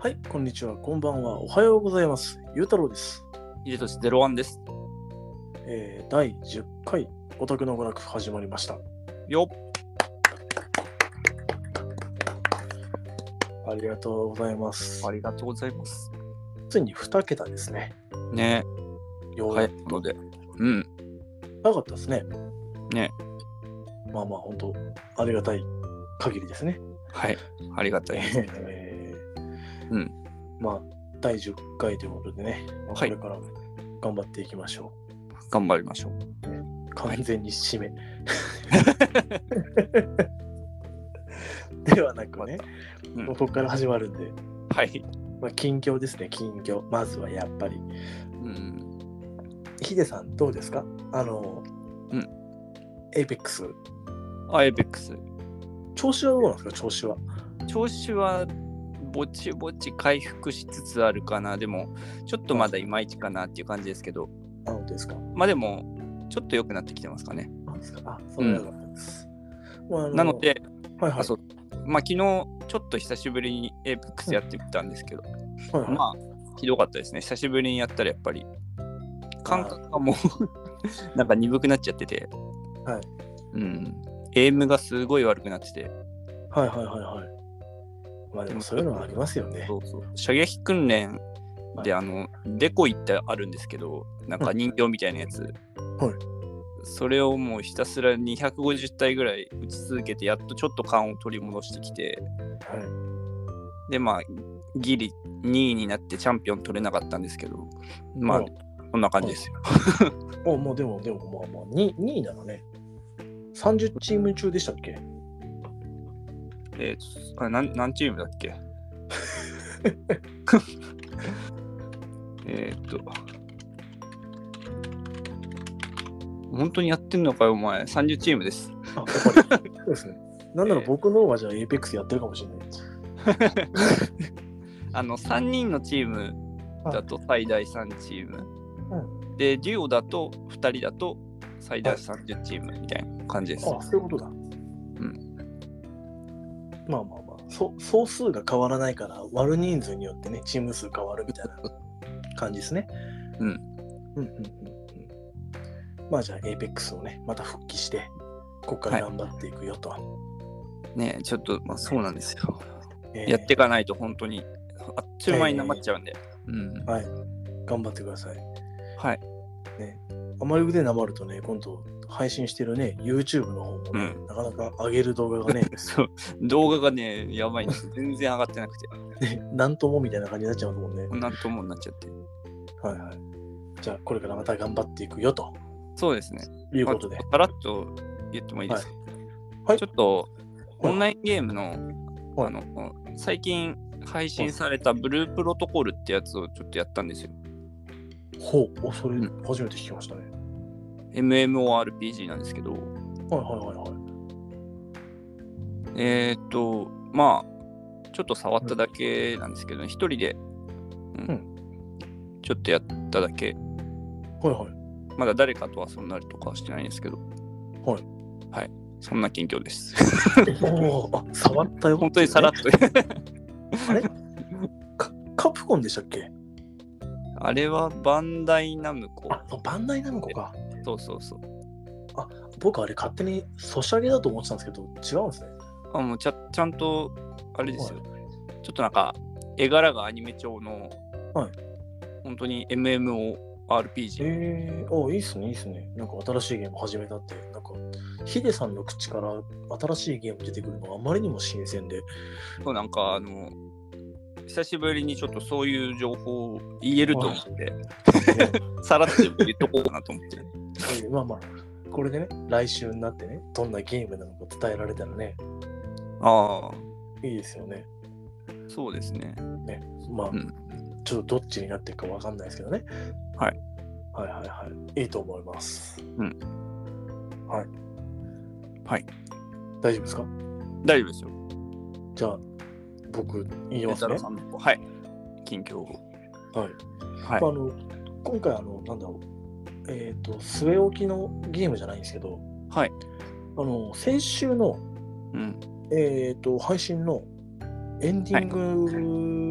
はい、こんにちは、こんばんは、おはようございます。ゆうたろうです。 秀俊01です。 第10回オタクの娯楽始まりました。 よっ。 ありがとうございます。 ありがとうございます。 ついに2桁ですね。 ね。 早いので。うん。 早かったですね。 ね。 まあ本当ありがたい限りですね。 はい。ありがたいです。うん。 第10回ということでね、これから頑張っていきましょう。頑張りましょう。 完全に締め。ではなくね、ここから始まるんで。 はい。 近況ですね、近況。まずはやっぱり。ヒデさんどうですか？エイペックス。 エイペックス。 調子はどうなんですか？調子はぼちぼち回復しつつあるかな。でもちょっとまだいまいちかなっていう感じですけど。 本当ですか？ でもちょっと良くなってきてますかね。 そうなったんです。 なので、 昨日ちょっと久しぶりにエイペックスやってみたんですけど、ひどかったですね。久しぶりにやったらやっぱり感覚がもうなんか鈍くなっちゃってて、エイムがすごい悪くなってて、 でもそういうのはありますよね。 射撃訓練でデコイってあるんですけど、なんか人形みたいなやつ、それをもうひたすら250体ぐらい打ち続けて、やっとちょっと勘を取り戻してきて、でギリ2位になってチャンピオン取れなかったんですけど、こんな感じですよ。 でも2位ならね、30チーム中でしたっけ？ 何チームだっけ？本当にやってんのかよお前。30チームです。 そうですね。なんなら僕の方がじゃあエイペックスやってるかもしれない。 3人のチームだと最大3チーム、でデュオだと2人だと最大30チームみたいな感じです。 そういうことだ。総数が変わらないから割る人数によってね、チーム数変わるみたいな感じですね。じゃあエイペックスをね、また復帰してここから頑張っていくよと。 ね、ちょっとそうなんですよ。やっていかないと本当にあっという間になまっちゃうんで。 頑張ってください。 ね、 あまり腕なまるとね、今度配信してるね、YouTube の方もね、なかなか上げる動画がね、 動画がね、やばいんですよ。全然上がってなくて。 なんともみたいな感じになっちゃうもんね。 なんともになっちゃって。 じゃあ、これからまた頑張っていくよと。 そうですね。 いうことで。 さらっと言ってもいいですか？ちょっと、オンラインゲームの、最近配信されたブループロトコルってやつをちょっとやったんですよ。 それ初めて聞きましたね。 MMORPG なんですけど。ちょっと触っただけなんですけど、一人で、ちょっとやっただけ。まだ誰かと遊んだりとかはしてないんですけど。そんな近況です。 触ったよ。 本当にさらっと。 あれカプコンでしたっけ？ あれはバンダイナムコ。 バンダイナムコか。 そう。 僕あれ勝手にソシャゲだと思ってたんですけど、違うんですね。 もうちゃんとあれですよ。ちょっとなんか絵柄がアニメ調の、本当に MMORPG。 いいっすね。なんか新しいゲーム始めたって、なんかヒデさんの口から新しいゲーム出てくるのがあまりにも新鮮で。 なんか久しぶりにちょっとそういう情報を言えると思って、さらっと言っとこうかなと思って。 これでね、来週になってね、どんなゲームなのか伝えられたらね、いいですよね。 そうですね。 ちょっとどっちになっていくかわかんないですけどね。いいと思います。大丈夫ですか？ 大丈夫ですよ。 じゃあ僕言いますね。 近況を。 今回据え置きのゲームじゃないんですけど、先週の、配信のエンディン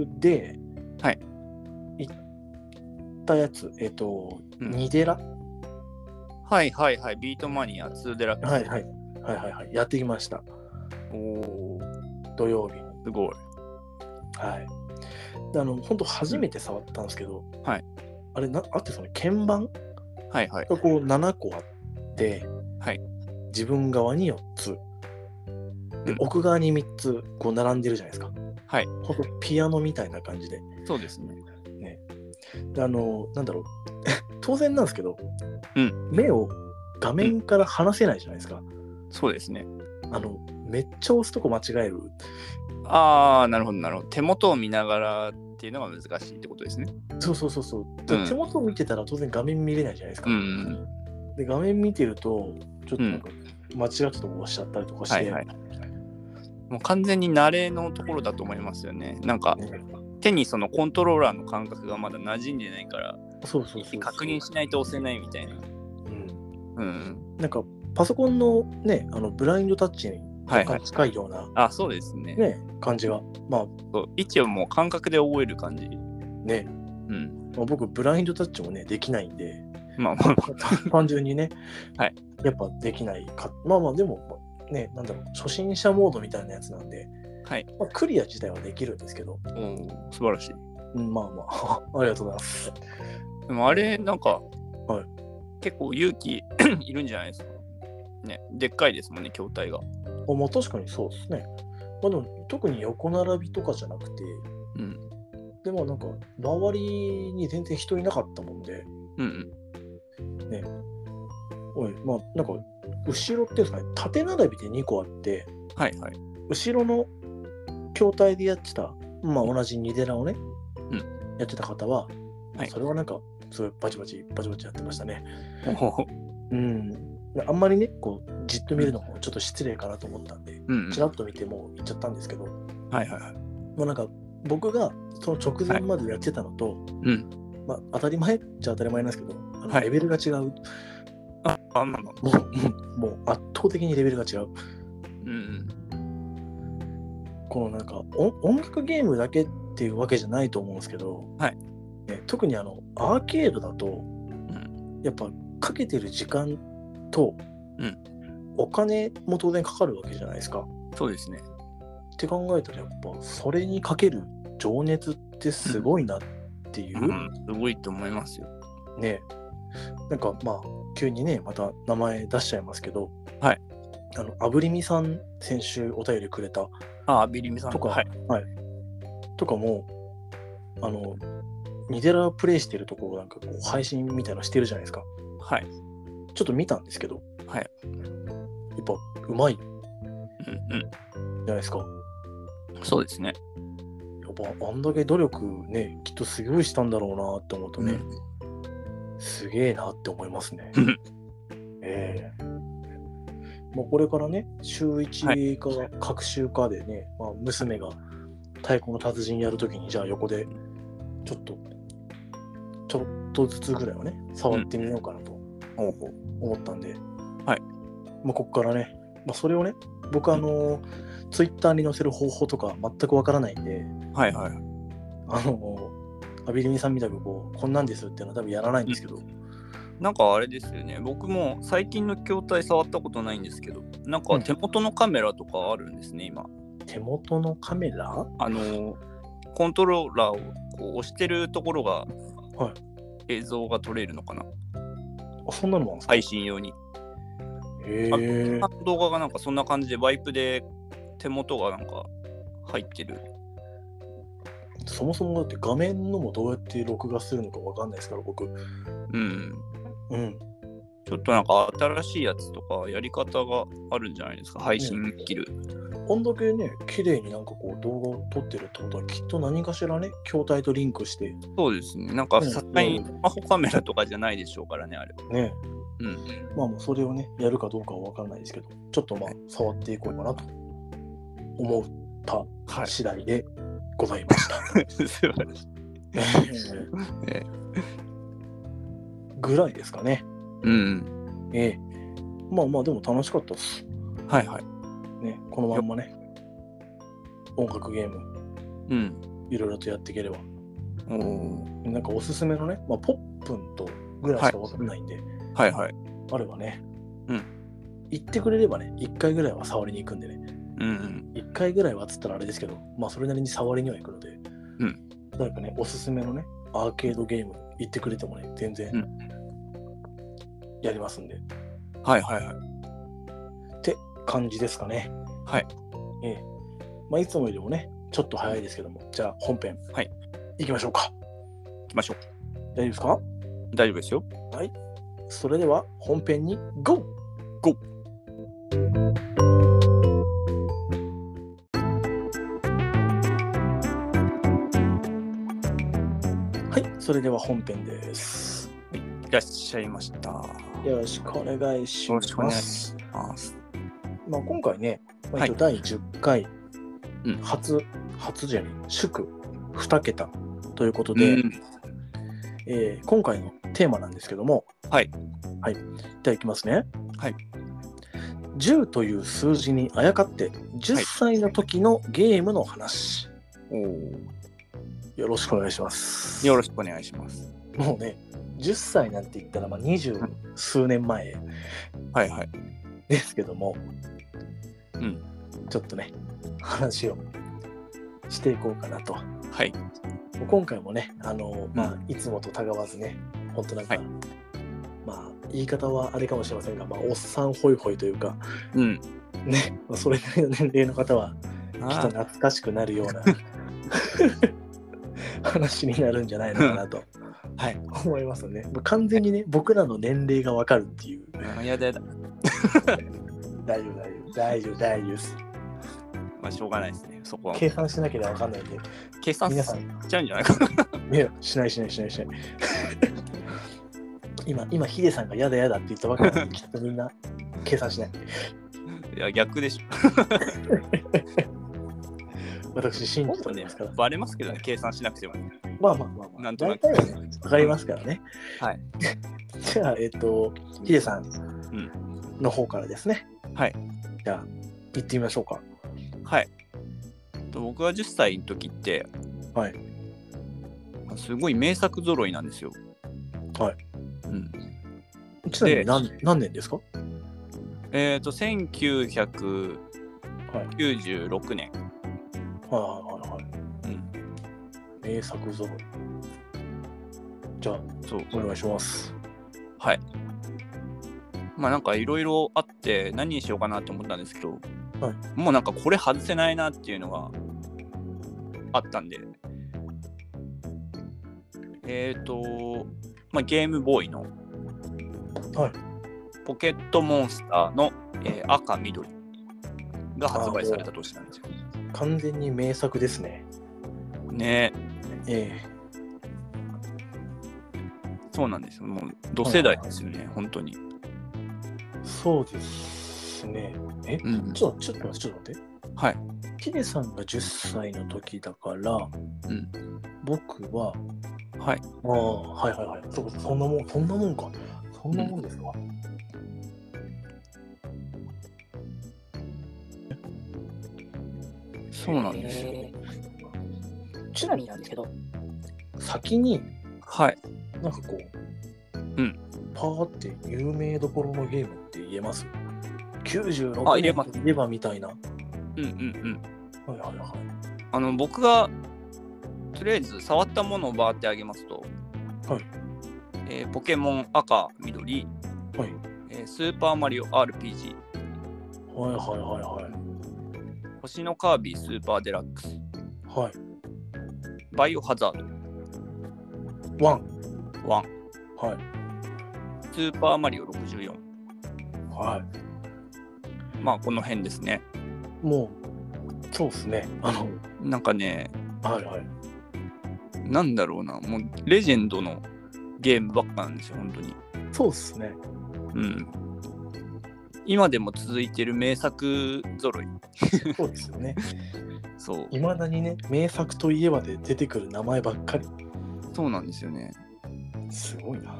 で、 はい。 行ったやつ、ニデラ、 はいはいはい。ビートマニア2デラックス。 はいはい。はいはいはい。やってきました。 おー。 土曜日に。 すごい。 はい。で本当初めて触ったんですけど、 はい。 あれあってその鍵盤はいはい。 がこう7個あって、 はい。 自分側に4つ。で、奥側に3つこう並んでるじゃないですか。 はい。 ほんとピアノみたいな感じで。 そうですね。 ね。で、なんだろう。当然なんですけど、目を画面から離せないじゃないですか。 そうですね。 めっちゃ押すとこ間違える。 ああ、なるほどなるほど。手元を見ながらっていうのが難しいってことですね。 そうそうそうそう。手元を見てたら当然画面見れないじゃないですか。で、画面見てると、ちょっとなんか間違ってとこ押しちゃったりとかして。 はいはい。もう完全に慣れのところだと思いますよね。なんか、手にそのコントローラーの感覚がまだ馴染んでないから、 そうそうそう。 確認しないと押せないみたいな。 なんか、パソコンのね、ブラインドタッチに近いような、 あ、そうですね。 感じが。まあ、 位置をもう感覚で覚える感じ。 ね。僕、ブラインドタッチもね、できないんで、単純にね、やっぱできないか。まあまあ、でも、ね、なんだろう、初心者モードみたいなやつなんで、クリア自体はできるんですけど。 素晴らしい。 まあまあ、ありがとうございます。 でもあれ、なんか、結構勇気いるんじゃないですか。ね、でっかいですもんね、筐体が。 まあ確かにそうですね。まあでも、特に横並びとかじゃなくて、でもなんか、周りに全然人いなかったもんで、ね、まあなんか、後ろっていうんですかね、縦並びで2個あって、後ろの筐体でやってた、まあ同じニデラをね、やってた方は、それはなんか、すごいバチバチやってましたね。あんまりね、こう、じっと見るのもちょっと失礼かなと思ったんで、ちらっと見てもう行っちゃったんですけど、もうなんか、僕がその直前までやってたのと、まあ当たり前っちゃ当たり前なんですけど、レベルが違う。もう圧倒的にレベルが違う。このなんか音楽ゲームだけっていうわけじゃないと思うんですけど、特にアーケードだと、やっぱかけてる時間と、お金も当然かかるわけじゃないですか。 そうですね。 って考えたらやっぱそれにかける情熱ってすごいなっていう。 すごいと思いますよ。 ね。なんかまあ急にねまた名前出しちゃいますけど、あぶりみさん先週お便りくれたあびりみさんとか、とかもニデラプレイしてるところなんかこう配信みたいなのしてるじゃないですか。ちょっと見たんですけど、やっぱうまいじゃないですか。 そうですね。 やっぱあんだけ努力ねきっとすごいしたんだろうなって思うとね、すげえなって思いますね。もうこれからね、週1か各週かでね、まあ、娘が太鼓の達人やるときに、じゃあ横でちょっとずつぐらいはね、触ってみようかなと思ったんで、まあ、ここからね、まあ、それをね、僕ツイッターに載せる方法とか全くわからないんで、アビリミさんみたくこんなんですっていうのは多分やらないんですけど、 なんかあれですよね。僕も最近の筐体触ったことないんですけど、なんか手元のカメラとかあるんですね、今。 手元のカメラ？ コントローラーをこう押してるところが、映像が撮れるのかな。 そんなのもあるんですか？ 配信用に。動画がなんかそんな感じでワイプで手元がなんか入ってる。 そもそもだって画面のもどうやって録画するのかわかんないですから、僕。 ちょっとなんか新しいやつとかやり方があるんじゃないですか、配信できる。 こんだけね、綺麗になんかこう動画を撮ってるってことはきっと何かしらね、筐体とリンクして。 そうですね。なんかさすがにスマホカメラとかじゃないでしょうからね、あれは。 ね。まあもうそれをね、やるかどうかはわかんないですけど、ちょっとまあ触っていこうかなと思った次第でございました。 素晴らしい。 ぐらいですかね。まあまあでも楽しかったです。ね、このまんまね、音楽ゲーム、 いろいろとやっていければ。なんかおすすめのね、ポップンとぐらいしかわかんないんで、 はいはい。 あればね、言ってくれればね、1回ぐらいは触りに行くんでね。1回ぐらいはつったらあれですけど、それなりに触りには行くので、誰かね、おすすめのね、アーケードゲーム言ってくれてもね、全然やりますんで。 はいはいはい。 って感じですかね。 はい。 いつもよりもね、ちょっと早いですけども、じゃあ本編、行きましょうか。 行きましょう。 大丈夫ですか？ 大丈夫ですよ。 はい。それでは本編に GO！ GO！ はい、それでは本編です。 いらっしゃいました。 よろしくお願いします。 よろしくお願いします。 今回ね、第10回、祝2桁ということで、今回のテーマなんですけども、じゃあいきますね。10という数字にあやかって10歳の時のゲームの話。よろしくお願いします。 よろしくお願いします。 もうね、10歳なんて言ったら20数年前ですけども、ちょっとね、話をしていこうかなと。今回もね、いつもとたがわずね、本当なんか、言い方はあれかもしれませんが、おっさんホイホイというか、ね、それなりの年齢の方は、きっと懐かしくなるような話になるんじゃないのかなと、思いますね。完全にね、僕らの年齢がわかるっていう。 やだ。 大丈夫です。 しょうがないですね、そこは。 計算しなければわかんないんで。 計算皆さんしちゃうんじゃないかな。 いや、しない。今、ヒデさんがやだって言ったばかりなので、きっとみんな計算しない。 いや、逆でしょ。 私、信じておりますから。 バレますけどね、計算しなくても。なんとなく。 わかりますからね。じゃあ、ヒデさんの方からですね。じゃあ、行ってみましょうか。 僕が10歳の時って、すごい名作揃いなんですよ。 ちなみに何年ですか ？1996年。 名作揃い。じゃあ、お願いします。 なんかいろいろあって何にしようかなって思ったんですけど、もうなんかこれ外せないなっていうのがあったんで、ゲームボーイのポケットモンスターの、赤緑が発売された年なんですよ。 完全に名作ですね。 そうなんですよ。もう同世代ですよね、本当に。 そうですね。ちょっと待って。ヒデさんが10歳の時だから、僕は、そんなもんか。そんなもんですか。 そうなんですよ。 ちなみになんですけど、先に、なんかこう、パーって有名どころのゲームって言えます？ 96 年といえばみたいな。 僕がとりあえず触ったものをバーってあげますと、ポケモン赤緑、スーパーマリオ RPG、星のカービィスーパーデラックス、バイオハザード1、スーパーマリオ64、この辺ですね。 もうそうですね。 なんかね、なんだろうな、もうレジェンドのゲームばっかなんですよ、本当に。 そうですね。 今でも続いてる名作揃い。 そうですよね。 そう。 いまだにね、名作といえばで出てくる名前ばっかり。 そうなんですよね。 すごいな。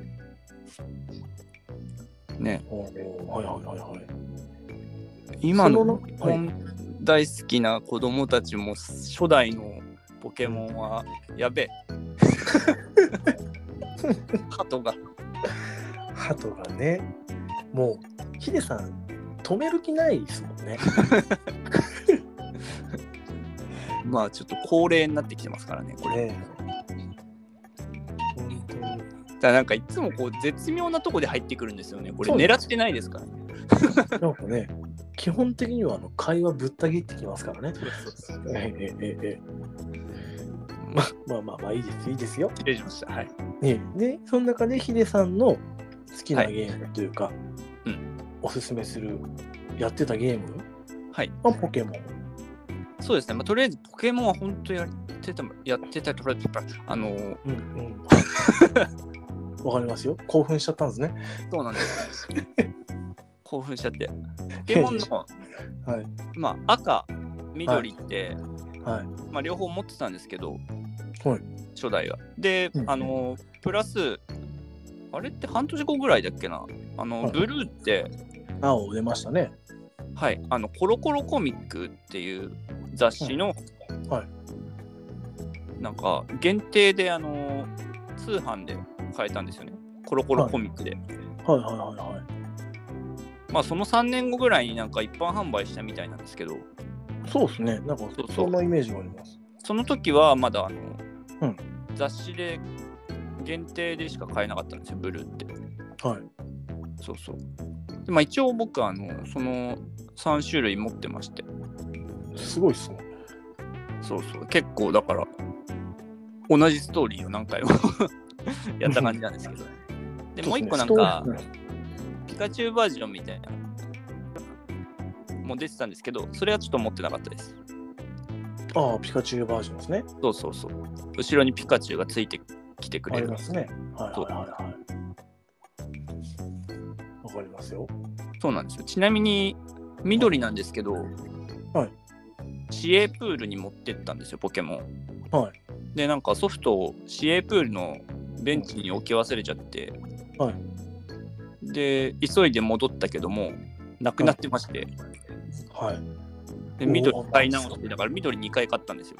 ね。今の大好きな子供たちも初代のポケモンはやべえ。鳩がね、もうヒデさん止める気ないですもんね。 まあちょっと高齢になってきてますからね、これ。 本当に。だからなんかいつもこう絶妙なとこで入ってくるんですよね。これ狙ってないですからね。 なんかね、基本的には会話ぶった切ってきますからね。まあいいですよ。 失礼しました。はい。 で、その中でヒデさんの好きなゲームというか、おすすめするやってたゲーム、ポケモン。 そうですね。とりあえずポケモンは本当やってたわかりますよ。興奮しちゃったんですね。 そうなんです。興奮しちゃって。ポケモンの、赤、緑って、両方持ってたんですけど、初代は。で、プラス、あれって半年後ぐらいだっけな。ブルーって、 青出ましたね。 はい。コロコロコミックっていう雑誌の、なんか限定で通販で買えたんですよね。コロコロコミックで。まあその3年後ぐらいになんか一般販売したみたいなんですけど。 そうですね。なんかそんなイメージがあります。 その時はまだ雑誌で限定でしか買えなかったんですよ、ブルーって。そうそう。でまあ一応僕はその3種類持ってまして。 すごいっすね。 そうそう。結構だから同じストーリーを何回もやった感じなんですけど。でもう一個なんかピカチュウバージョンみたいなも出てたんですけど、それはちょっと持ってなかったです。 ピカチュウバージョンですね。 そう。後ろにピカチュウがついてきてくれる。 ありますね。わかりますよ。 そうなんですよ。ちなみに緑なんですけど、市営プールに持ってったんですよ、ポケモン。で、なんかソフトを市営プールのベンチに置き忘れちゃって、で、急いで戻ったけども、なくなってまして、で緑買い直して、だから緑2回買ったんですよ。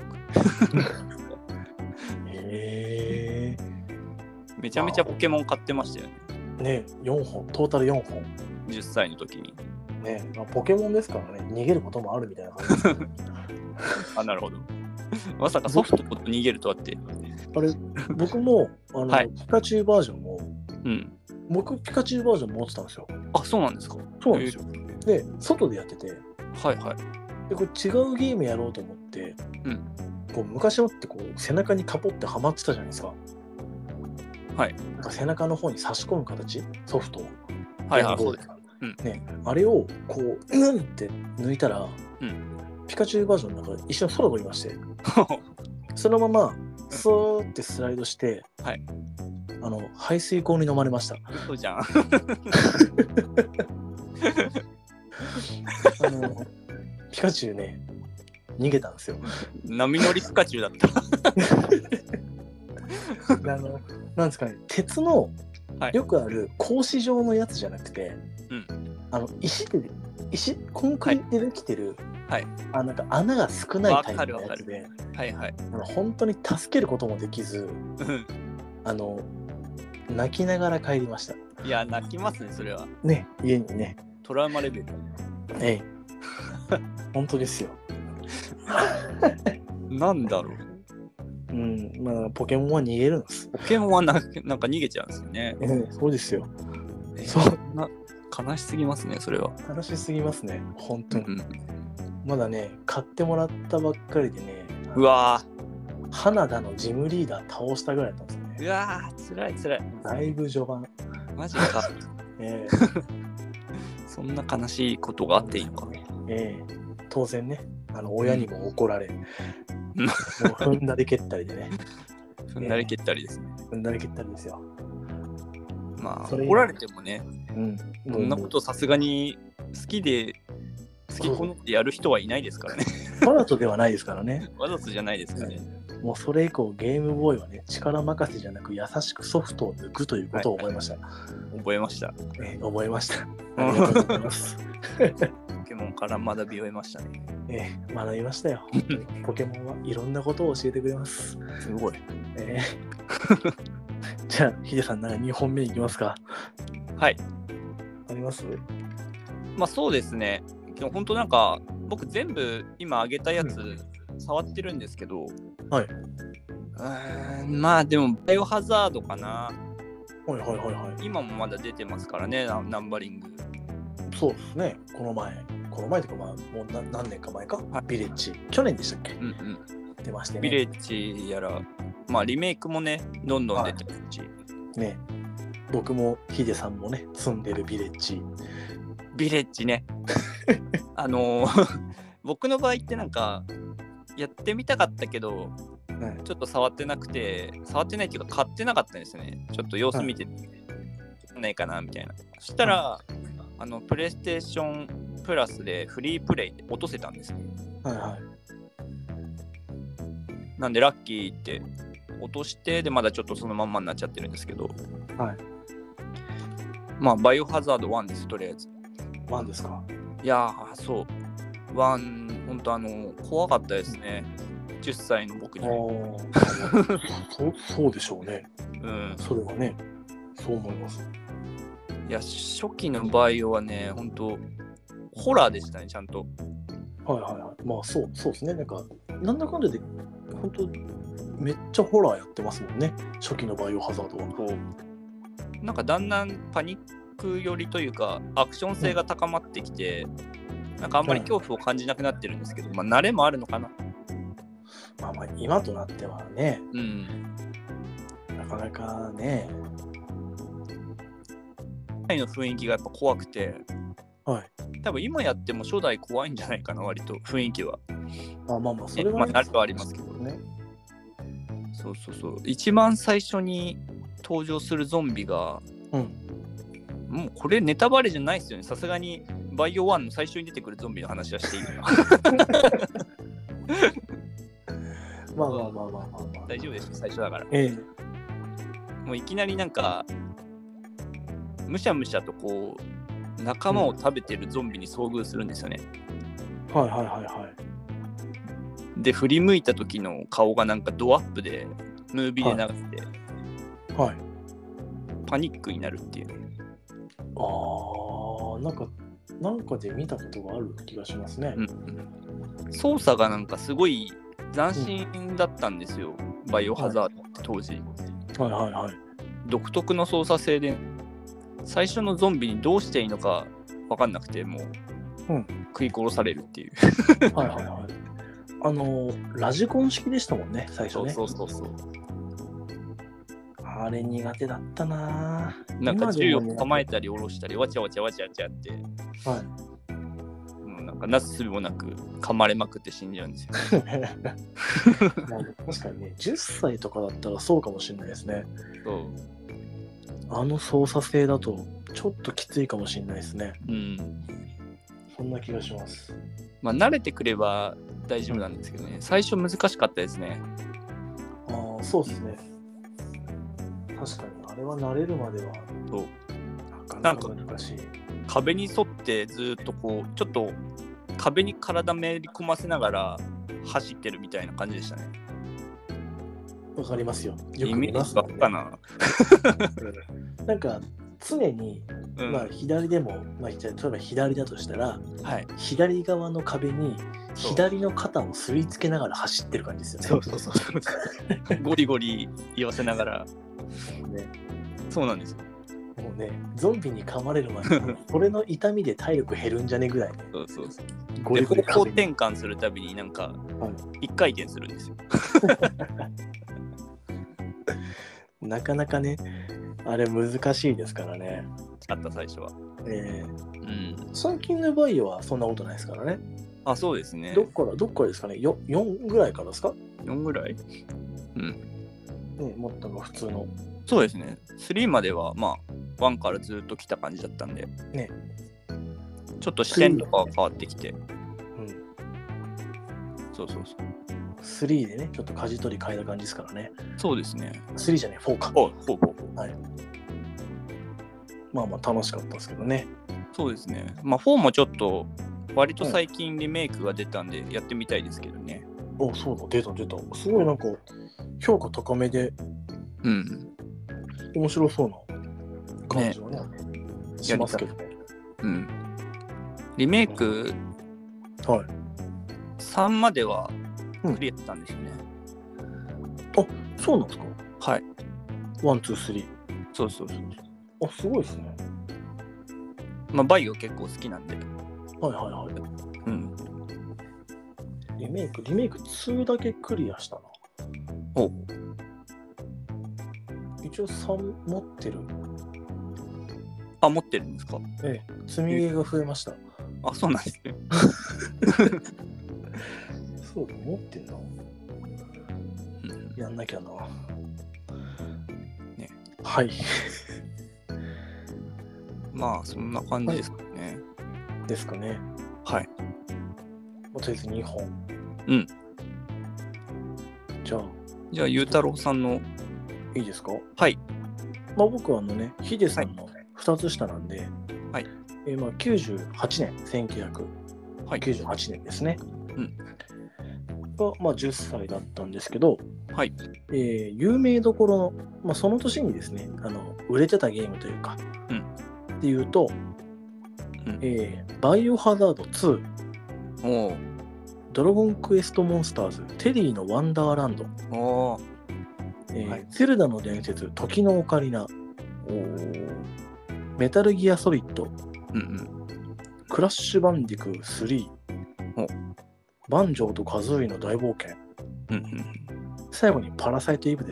めちゃめちゃポケモン買ってましたよね。4本、トータル4本。 10歳の時に。 ポケモンですからね、逃げることもあるみたいな感じです。 なるほど。まさかソフトと逃げるとはって。 僕もピカチュウバージョンも、僕ピカチュウバージョン持ってたんですよ。 そうなんですか。 そうなんですよ。で、外でやってて、でこれ違うゲームやろうと思って、こう昔のってこう背中にカポってはまってたじゃないですか。なんか背中の方に差し込む形、ソフトを。そうです。あれをこうって抜いたら、ピカチュウバージョンなんか一瞬空飛びまして、そのままスーってスライドして、排水溝に飲まれました。 そうじゃん。 ピカチュウね、逃げたんですよ。 波乗りピカチュウだった。 なんですかね、鉄のよくある格子状のやつじゃなくて、コンクリでできてる、なんか穴が少ないタイプのやつで、本当に助けることもできず、泣きながら帰りました。 いや、泣きますね、それは。 ね、家にね。 トラウマレベル。 本当ですよ。 なんだろう。 ポケモンは逃げるんです。 ポケモンはなんか逃げちゃうんですよね。 そうですよ。 悲しすぎますね、それは。 悲しすぎますね、本当に。まだね、買ってもらったばっかりでね、 うわー、花田のジムリーダー倒したぐらいだったんですね。 うわー、つらい。 だいぶ序盤。 マジか。そんな悲しいことがあっていいのか。 当然ね、親にも怒られ、もう踏んだり蹴ったりでね。 踏んだり蹴ったりですね。 踏んだり蹴ったりですよ。 まあ、怒られてもね、そんなことさすがに好き好んでやる人はいないですからね。 わざとではないですからね。 わざとじゃないですからね。 もうそれ以降ゲームボーイはね、力任せじゃなく優しくソフトを抜くということを覚えました。 覚えました。 覚えました。ありがとうございます。 ポケモンから学び終えましたね。 学びましたよ。本当にポケモンはいろんなことを教えてくれます。 すごい。 じゃあ、ヒデさん、2本目いきますか。 はい。 あります？ そうですね。本当なんか、僕全部今挙げたやつ、触ってるんですけど、 はい。 でも、バイオハザードかな。 はい。 今もまだ出てますからね、ナンバリング。 そうですね。この前というか、もう何年か前か、ビレッジ。去年でしたっけ？出ましてね。 ビレッジやら、リメイクもね、どんどん出てるし。 ね。僕もヒデさんもね、住んでるビレッジ。 ビレッジね。僕の場合ってなんか、やってみたかったけど、ちょっと触ってないっていうか買ってなかったんですよね。ちょっと様子見てないかなみたいな。そしたら、プレイステーションプラスでフリープレイで落とせたんですよ。なんでラッキーって落として、でまだちょっとそのまんまになっちゃってるんですけど。バイオハザード1です、とりあえず。 1ですか？ いやー、そう。1、本当怖かったですね。10歳の僕に。 そうでしょうね。それはね、そう思います。 いや、初期のバイオはね、本当ホラーでしたね、ちゃんと。 そうですね。なんだかんだで、本当めっちゃホラーやってますもんね。初期のバイオハザードは。 なんかだんだんパニック寄りというか、アクション性が高まってきて、なんかあんまり恐怖を感じなくなってるんですけど、慣れもあるのかな。 今となってはね、なかなかね。 初代の雰囲気がやっぱ怖くて、多分今やっても初代怖いんじゃないかな、割と雰囲気は。 それは慣れはありますけどね。そう。一番最初に登場するゾンビが、もうこれネタバレじゃないですよね。さすがにバイオ1の最初に出てくるゾンビの話はしていいかな。大丈夫です、最初だから。もういきなりなんかむしゃむしゃとこう仲間を食べてるゾンビに遭遇するんですよね。で振り向いた時の顔がなんかドアップでムービーで流して、パニックになるっていう。 なんかで見たことがある気がしますね。 操作がなんかすごい斬新だったんですよ、バイオハザードって当時。独特の操作性で最初のゾンビにどうしていいのか分かんなくて、もう、食い殺されるっていう。 ラジコン式でしたもんね、最初ね。 そう。 あれ苦手だったな。 なんか銃を構えたり下ろしたりわちゃわちゃって、もうなんかなすすびもなく噛まれまくって死んじゃうんですよ。 確かにね、10歳とかだったらそうかもしれないですね。あの操作性だとちょっときついかもしれないですね。そんな気がします。 慣れてくれば大丈夫なんですけどね、最初難しかったですね。 そうですね。確かにあれは慣れるまではなかなか難しい。 壁に沿ってずっとこうちょっと壁に体めり込ませながら走ってるみたいな感じでしたね。 わかりますよ。 よく見ますね。イメージばっかな。 なんか常に、左でも、例えば左だとしたら、左側の壁に左の肩をすりつけながら走ってる感じですよね。 そう。ゴリゴリ言わせながら。そうなんですよ。 もうね、ゾンビに噛まれる前にこれの痛みで体力減るんじゃねぐらい、 そうで方向転換するたびになんか一回転するんですよ。 なかなかね、あれ難しいですからね。 あった最初は。 最近のバイオはそんなことないですからね。 そうですね。 どっからですかね。4ぐらいからですか？ 4 ぐらい？ もっと普通の。 そうですね。3までは1からずっと来た感じだったんで。ちょっと視点とかは変わってきて。そう。 3でね、ちょっと舵取り変えた感じですからね。 そうですね。 3じゃねえ、4か。 4。 楽しかったですけどね。 そうですね。4もちょっと割と最近リメイクが出たんでやってみたいですけどね。 あ、そうだ、出た。すごいなんか評価高めで、面白そうな感じはね、しますけどね。 リメイク、3まではクリアしたんですよね。 あ、そうなんですか？ はい。 1、2、3。 そう。 あ、すごいですね。 バイオ結構好きなんで。 はい。リメイク2だけクリアしたな。一応3持ってる。 あ、持ってるんですか？ ええ、積みゲーが増えました。 あ、そうなんですね。 そうだ、持ってんな。やんなきゃな。 ね。 はい。 そんな感じですかね。 ですかね。 はい。 とりあえず2本。じゃあ、 ゆうたろうさんの。 いいですか？ はい。 僕はヒデさんの2つ下なんで、 はい。 98年、1998年ですね。が、10歳だったんですけど、有名どころの、その年にですね、売れてたゲームというか、っていうと、バイオハザード2、ドラゴンクエストモンスターズ、テリーのワンダーランド、ゼルダの伝説、時のオカリナ、メタルギアソリッド、クラッシュバンディク3、バンジョーとカズーイの大冒険、最後にパラサイトイブです。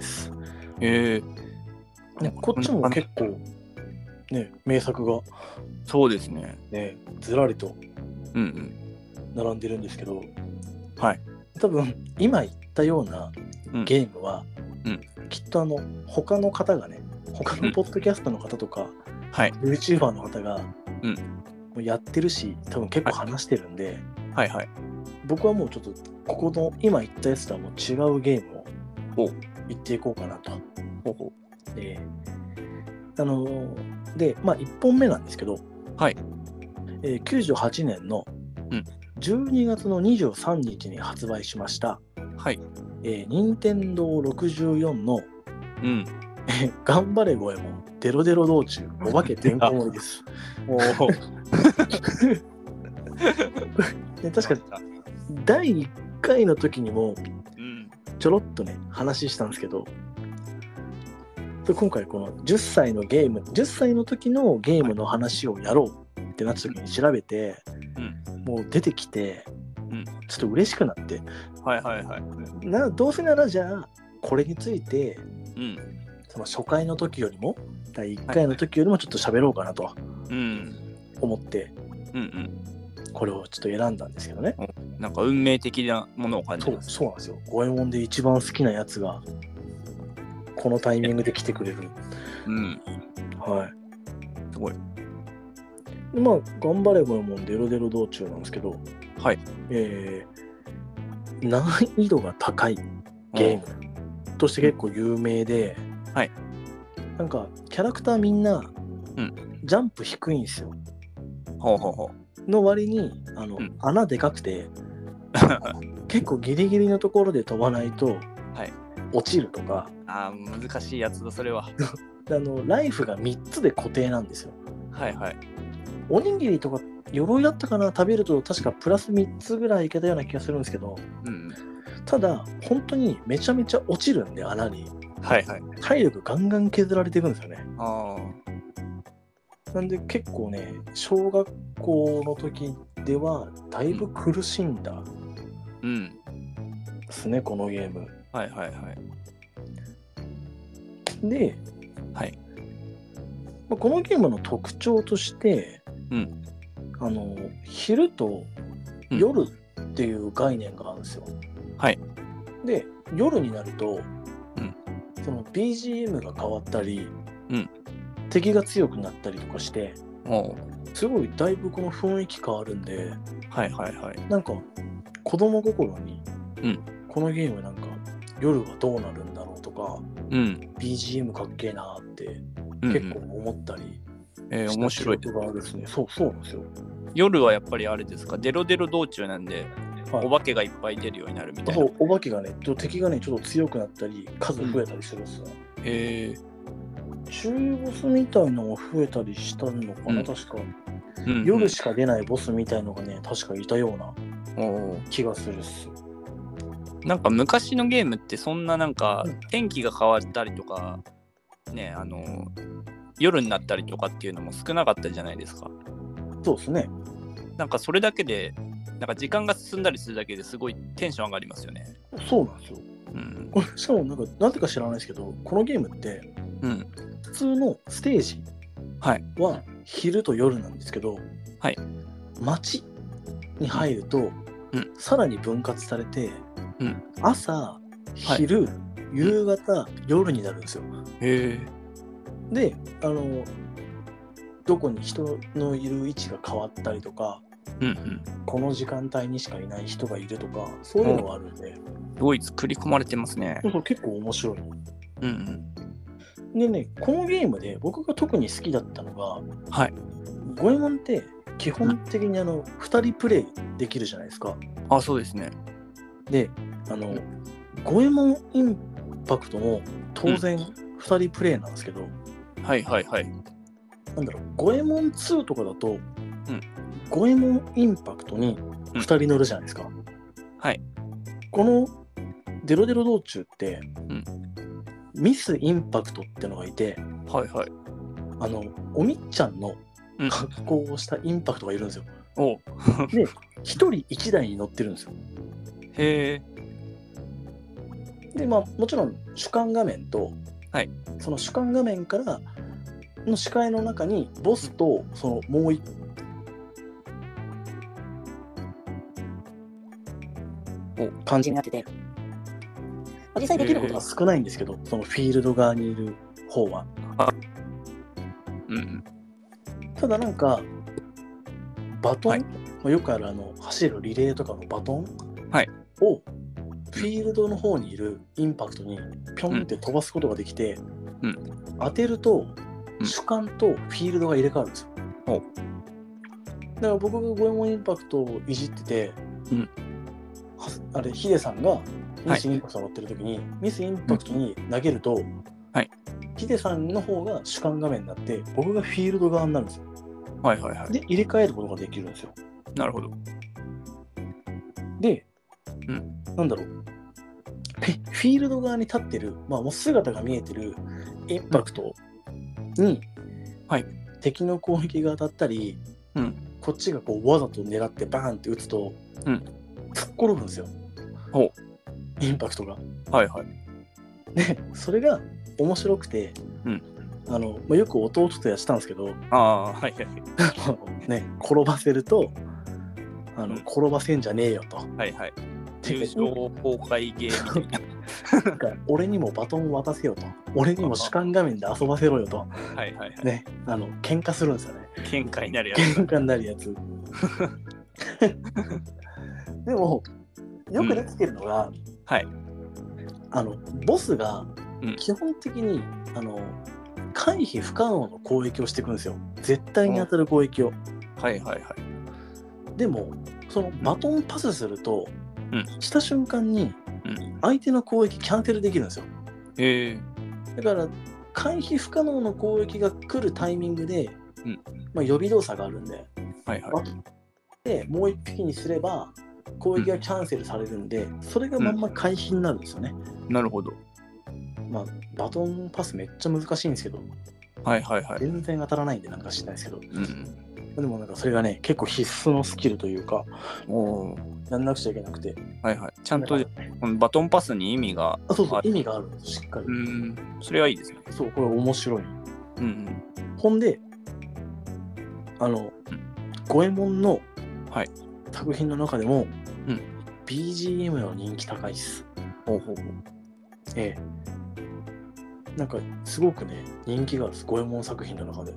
こっちも結構ね、名作がそうですね。 ずらりと並んでるんですけど、多分今言ったようなゲームは、きっと他の方がね、他のポッドキャストの方とか、YouTuber の方が、もうやってるし、多分結構話してるんで、僕はもうちょっとここの今言ったやつとはもう違うゲームを言っていこうかなと。で、1本目なんですけど、98年の12月の23日に発売しました、任天堂64の、頑張れゴエモンデロデロ道中お化けてんこ盛りです。確か第1回の時にもちょろっとね話したんですけど、今回この10歳の時のゲームの話をやろうってなった時に調べて、もう出てきて、ちょっと嬉しくなって、どうせならじゃあこれについて、その初回の時よりも第1回の時よりもちょっと喋ろうかなと思って、これをちょっと選んだんですけどね。 なんか運命的なものを感じます。 そうなんですよ。ゴエモンで一番好きなやつがこのタイミングで来てくれる。 すごい。 頑張れゴエモンデロデロ道中なんですけど、難易度が高いゲームとして結構有名で、なんかキャラクターみんな、ジャンプ低いんですよ。の割に穴でかくて結構ギリギリのところで飛ばないと落ちるとか、 難しいやつだそれは。 ライフが3つで固定なんですよ。おにぎりとか鎧だったかな、食べると確かプラス3つぐらいいけたような気がするんですけど、ただ本当にめちゃめちゃ落ちるんで穴に、体力ガンガン削られていくんですよね。なんで結構ね、小学校の時ではだいぶ苦しんだですね、このゲーム。で、このゲームの特徴として、昼と夜っていう概念があるんですよ。で、夜になると、その BGM が変わったり、敵が強くなったりとかして、すごいだいぶこの雰囲気変わるんで、なんか子供心に、このゲームなんか夜はどうなるんだろうとか、BGM かっけえなって結構思ったりした記憶があるですね。そうなんですよ。 夜はやっぱりあれですか、デロデロ道中なんで、はい、お化けがいっぱい出るようになるみたいな。 そう、お化けがね、敵がね、ちょっと強くなったり、数増えたりするんですよ。 へえ。 中ボスみたいのが増えたりしたのかな、確か。夜しか出ないボスみたいのがね、確かいたような気がするっす。 なんか昔のゲームってそんななんか天気が変わったりとか、ね、夜になったりとかっていうのも少なかったじゃないですか。 そうですね。 なんかそれだけで、なんか時間が進んだりするだけですごいテンション上がりますよね。 そうなんですよ。これしかもなんでか知らないですけど、このゲームって、普通のステージは昼と夜なんですけど、はい、街に入ると、さらに分割されて、朝、昼、夕方、夜になるんですよ。へー。で、どこに人のいる位置が変わったりとか、この時間帯にしかいない人がいるとか、そういうのがあるんで。 すごい作り込まれてますね。 そう結構面白い。でね、このゲームで僕が特に好きだったのが、はい、五右衛門って基本的に2人プレイできるじゃないですか。 あ、そうですね。 で、五右衛門インパクトも当然2人プレイなんですけど、 はいはいはい。 なんだろう、五右衛門2とかだと、五右衛門インパクトに2人乗るじゃないですか。はい。このデロデロ道中って、ミスインパクトってのがいて、はいはい。おみっちゃんの格好をしたインパクトがいるんですよ。で、1人1台に乗ってるんですよ。へえ。で、まあもちろん主観画面と、はい、その主観画面からの視界の中にボスとそのもう一感じになってて、実際できることは少ないんですけど、そのフィールド側にいる方は。ただなんかバトン、はい、よくある走るリレーとかのバトン、はい、をフィールドの方にいるインパクトにピョンって飛ばすことができて、当てると主観とフィールドが入れ替わるんですよ。だから僕が五右衛門インパクトをいじってて、あれヒデさんがミスインパクト乗ってる時に、ミスインパクトに投げると、ヒデさんの方が主観画面になって僕がフィールド側になるんですよ。はいはいはい。で入れ替えることができるんですよ。なるほど。で、なんだろう、フィールド側に立ってる、まあもう姿が見えてるインパクトに、敵の攻撃が当たったり、こっちがこうわざと狙ってバーンって撃つと、突っ転ぶんですよ。インパクトが。はいはい。で、それが面白くて、よく弟とやってたんですけど、はいはい。ね、転ばせると、転ばせんじゃねえよと。はいはい。中小公開ゲームみたいな。なんか俺にもバトンを渡せよと。俺にも主観画面で遊ばせろよと。はいはいはい。ね、喧嘩するんですよね。喧嘩になるやつ。喧嘩になるやつ。でも、よくできてるのが、はい。ボスが基本的に、回避不可能の攻撃をしていくんですよ。絶対に当たる攻撃を。はいはいはい。でも、そのバトンパスすると、した瞬間に相手の攻撃キャンセルできるんですよ。だから回避不可能の攻撃が来るタイミングで、まあ、予備動作があるんで、はいはい、でもう一匹にすれば攻撃がキャンセルされるんで、それがまんま回避になるんですよね。なるほど。まあバトンパスめっちゃ難しいんですけど、はいはいはい、全然当たらないんでなんか知らないですけど、でもなんかそれがね結構必須のスキルというか、やんなくちゃいけなくて、はいはい、ちゃんとこのバトンパスに意味がある。そうそう、意味があるんです、しっかり。それはいいですね。そう、これ面白い。ほんで五右衛門の作品の中でも、BGM の人気高いっす。なんかすごくね人気があるんです、五右衛門作品の中で。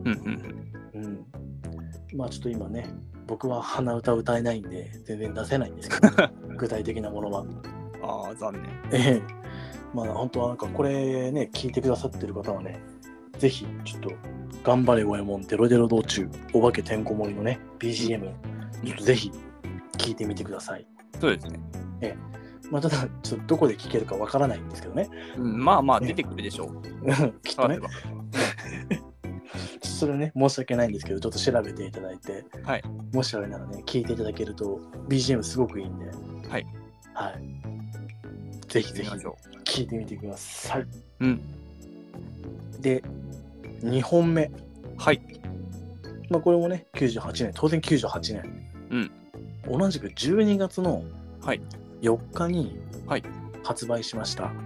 まあちょっと今ね僕は鼻歌歌えないんで全然出せないんですけど、具体的なものは。ああ残念。まあ本当はなんかこれね聞いてくださってる方はねぜひちょっと頑張れゴエモンデロデロ道中お化けてんこ盛りのね BGM、ちょっとぜひ聞いてみてください。 そうですね。 まあ、ただちょっとどこで聞けるかわからないんですけどね。 まあまあ出てくるでしょう。 きっとね。それね、申し訳ないんですけど、ちょっと調べていただいて、 はい、 もしあれならね、聞いていただけると、BGM すごくいいんで、 はい。 はい。ぜひぜひ聞いてみてください。 うん。 で、2本目。 はい。 まあ、これもね、98年、当然98年。 うん。 同じく12月の4日にはい。 発売しました。 はい。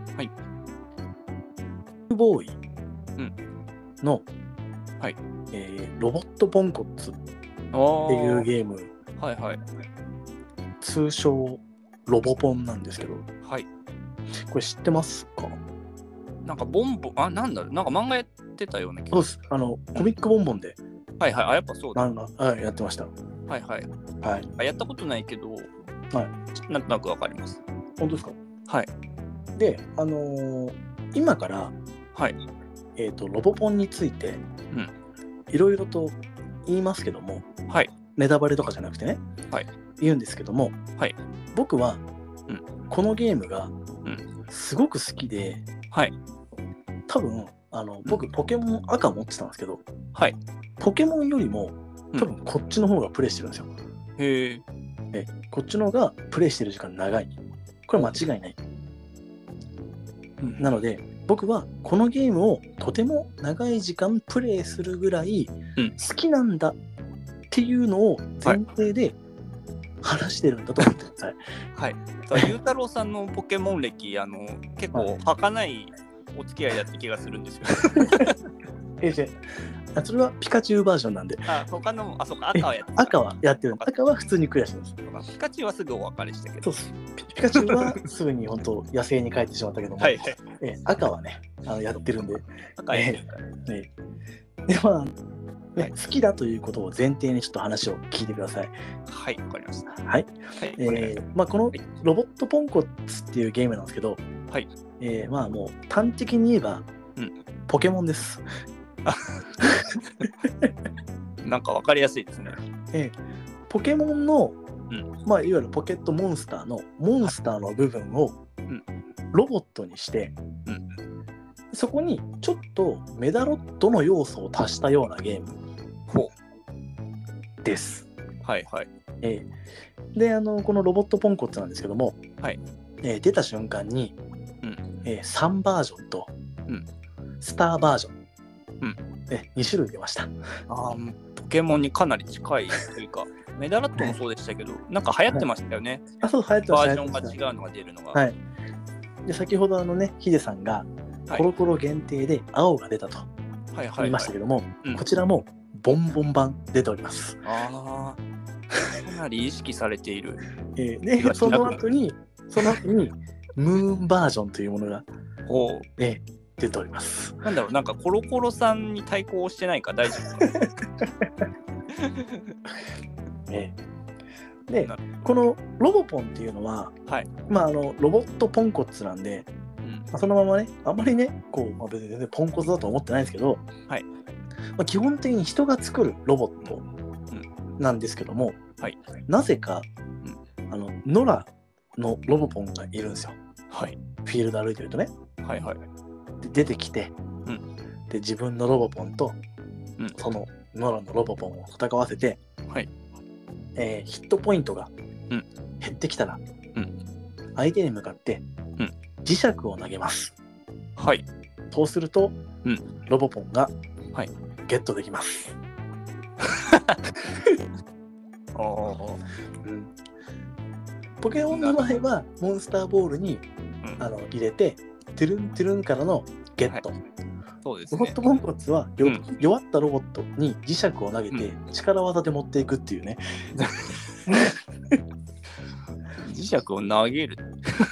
ボーイの、 はい。 ロボットポンコツっていうゲーム。 はいはい。 通称ロボポンなんですけど。 はい。 これ知ってますか？ なんかボンボン、なんだろう、なんか漫画やってたような気が。 そうです。コミックボンボンで。 はいはい。やっぱそうだ。 漫画、はい、やってました。 はいはい。 はい。 やったことないけど、はい。なんとなくわかります。 本当ですか？ はい。 で、今から、 はい。 ロボポンについて、いろいろと言いますけども、 はい。 ネタバレとかじゃなくてね、 はい。 言うんですけども、 はい。 僕は、このゲームが、すごく好きで、 はい。 多分、僕、ポケモン赤持ってたんですけど、 はい。 ポケモンよりも、多分こっちの方がプレイしてるんですよ。 へえ。 こっちの方がプレイしてる時間長い。これ間違いない。なので、僕はこのゲームをとても長い時間プレイするぐらい好きなんだっていうのを前提で話してるんだと思ってください。はい。 ゆうたろうさんのポケモン歴、結構儚いお付き合いだった気がするんですよ。 それはピカチュウバージョンなんで。 他の、そうか、赤はやってる。赤はやってる。赤は普通にクリアしてます。 ピカチュウはすぐお別れしたけど。 そうです。ピカチュウはすぐに本当野生に帰ってしまったけども、はい、赤はね、やってるんで。 赤やってるから。 で、まあ、ね、好きだということを前提にちょっと話を聞いてください。 はい、わかりました。 はい。まあ、このロボットポンコツっていうゲームなんですけど、 はい。 まあもう端的に言えば、ポケモンです。 なんかわかりやすいですね。 ポケモンの、まあ、いわゆるポケットモンスターの部分をロボットにして、そこにちょっとメダロットの要素を足したようなゲームです。 はいはい。 で、このロボットポンコツなんですけども、 はい。 出た瞬間に、サンバージョンと、スターバージョン、2種類出ました。 ポケモンにかなり近いというか、メダラットもそうでしたけど、なんか流行ってましたよね。 そう、流行ってました。 バージョンが違うのが出るのが。 はい。で、先ほどヒデさんが、コロコロ限定で青が出たと言いましたけども、こちらもボンボン版出ております。 かなり意識されている。 で、その後にムーンバージョンというものが出ております。 なんだろう、なんかコロコロさんに対抗してないか大丈夫で、このロボポンっていうのは、まあロボットポンコツなんで、そのままね、あんまりね、別に全然ポンコツだと思ってないんですけど、基本的に人が作るロボットなんですけども、なぜか、ノラのロボポンがいるんですよ。フィールド歩いてるとね。で出てきて、で自分のロボポンと、そのノラのロボポンを戦わせて、ヒットポイントが減ってきたら、相手に向かって、磁石を投げます。そうすると、ロボポンがゲットできます。ポケモンの場合はモンスターボールに入れてトゥルントゥルンからのゲット。 そうですね。 ロボットポンコツは弱ったロボットに磁石を投げて力技で持っていくっていうね。 磁石を投げる。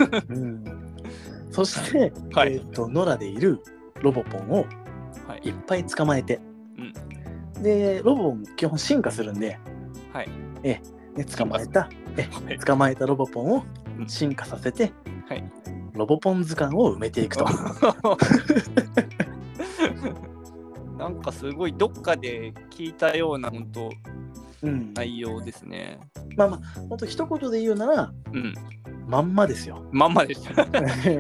そして、野良でいるロボポンをいっぱい捕まえて、でロボポン基本進化するんで、捕まえたロボポンを進化させて、ロボポン図鑑を埋めていくと。 ななんかすごいどっかで聞いたような本当、内容ですね。 まあまあ本当一言で言うなら、まんまですよ。 まんまでした。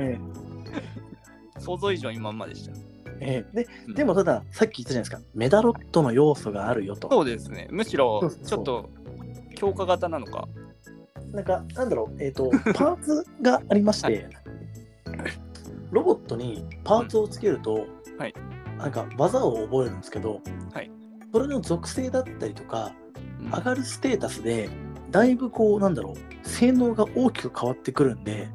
想像以上にまんまでした。 でもたださっき言ったじゃないですか、メダロットの要素があるよと。 そうですね。むしろちょっと強化型なのか。 なんだろう、パーツがありまして、ロボットにパーツをつけると、なんか技を覚えるんですけど、それの属性だったりとか、上がるステータスでだいぶこうなんだろう、性能が大きく変わってくるんで、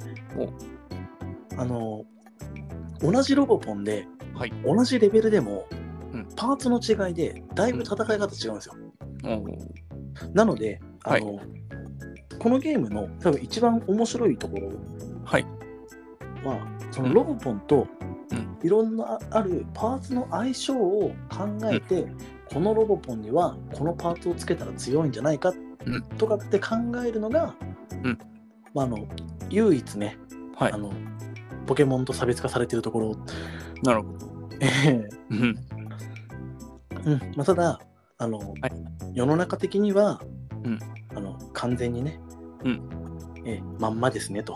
同じロボポンで、同じレベルでも、パーツの違いでだいぶ戦い方違うんですよ。なのでこのゲームの多分一番面白いところは、そのロボポンといろんなあるパーツの相性を考えて、このロボポンにはこのパーツをつけたら強いんじゃないかとかって考えるのが、唯一ね、ポケモンと差別化されているところ。 なるほど。 ただ世の中的には、完全にね、まんまですねと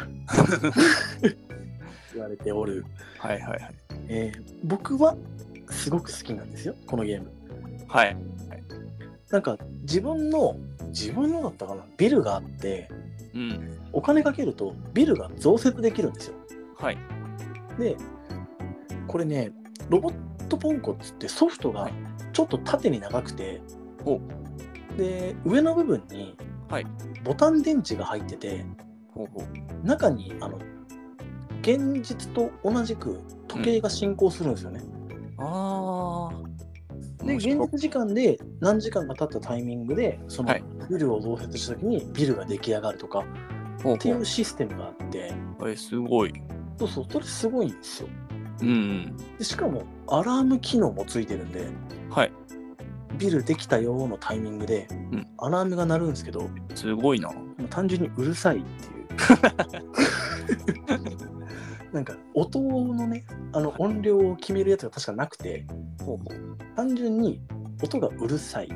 言われておる。僕はすごく好きなんですよ、このゲーム。なんか自分のだったかな、ビルがあって、お金かけるとビルが増設できるんですよ。でこれね、ロボットポンコツってソフトがちょっと縦に長くて、で上の部分にボタン電池が入ってて、中に現実と同じく時計が進行するんですよね。で現実時間で何時間が経ったタイミングでそのビルを増設した時にビルが出来上がるとかっていうシステムがあって、 すごい。 それすごいんですよ。でしかもアラーム機能もついてるんで、ビルできたよのタイミングでアラームが鳴るんですけど、 すごいな。 単純にうるさいっていうなんか音のね、音量を決めるやつが確かなくて、単純に音がうるさい。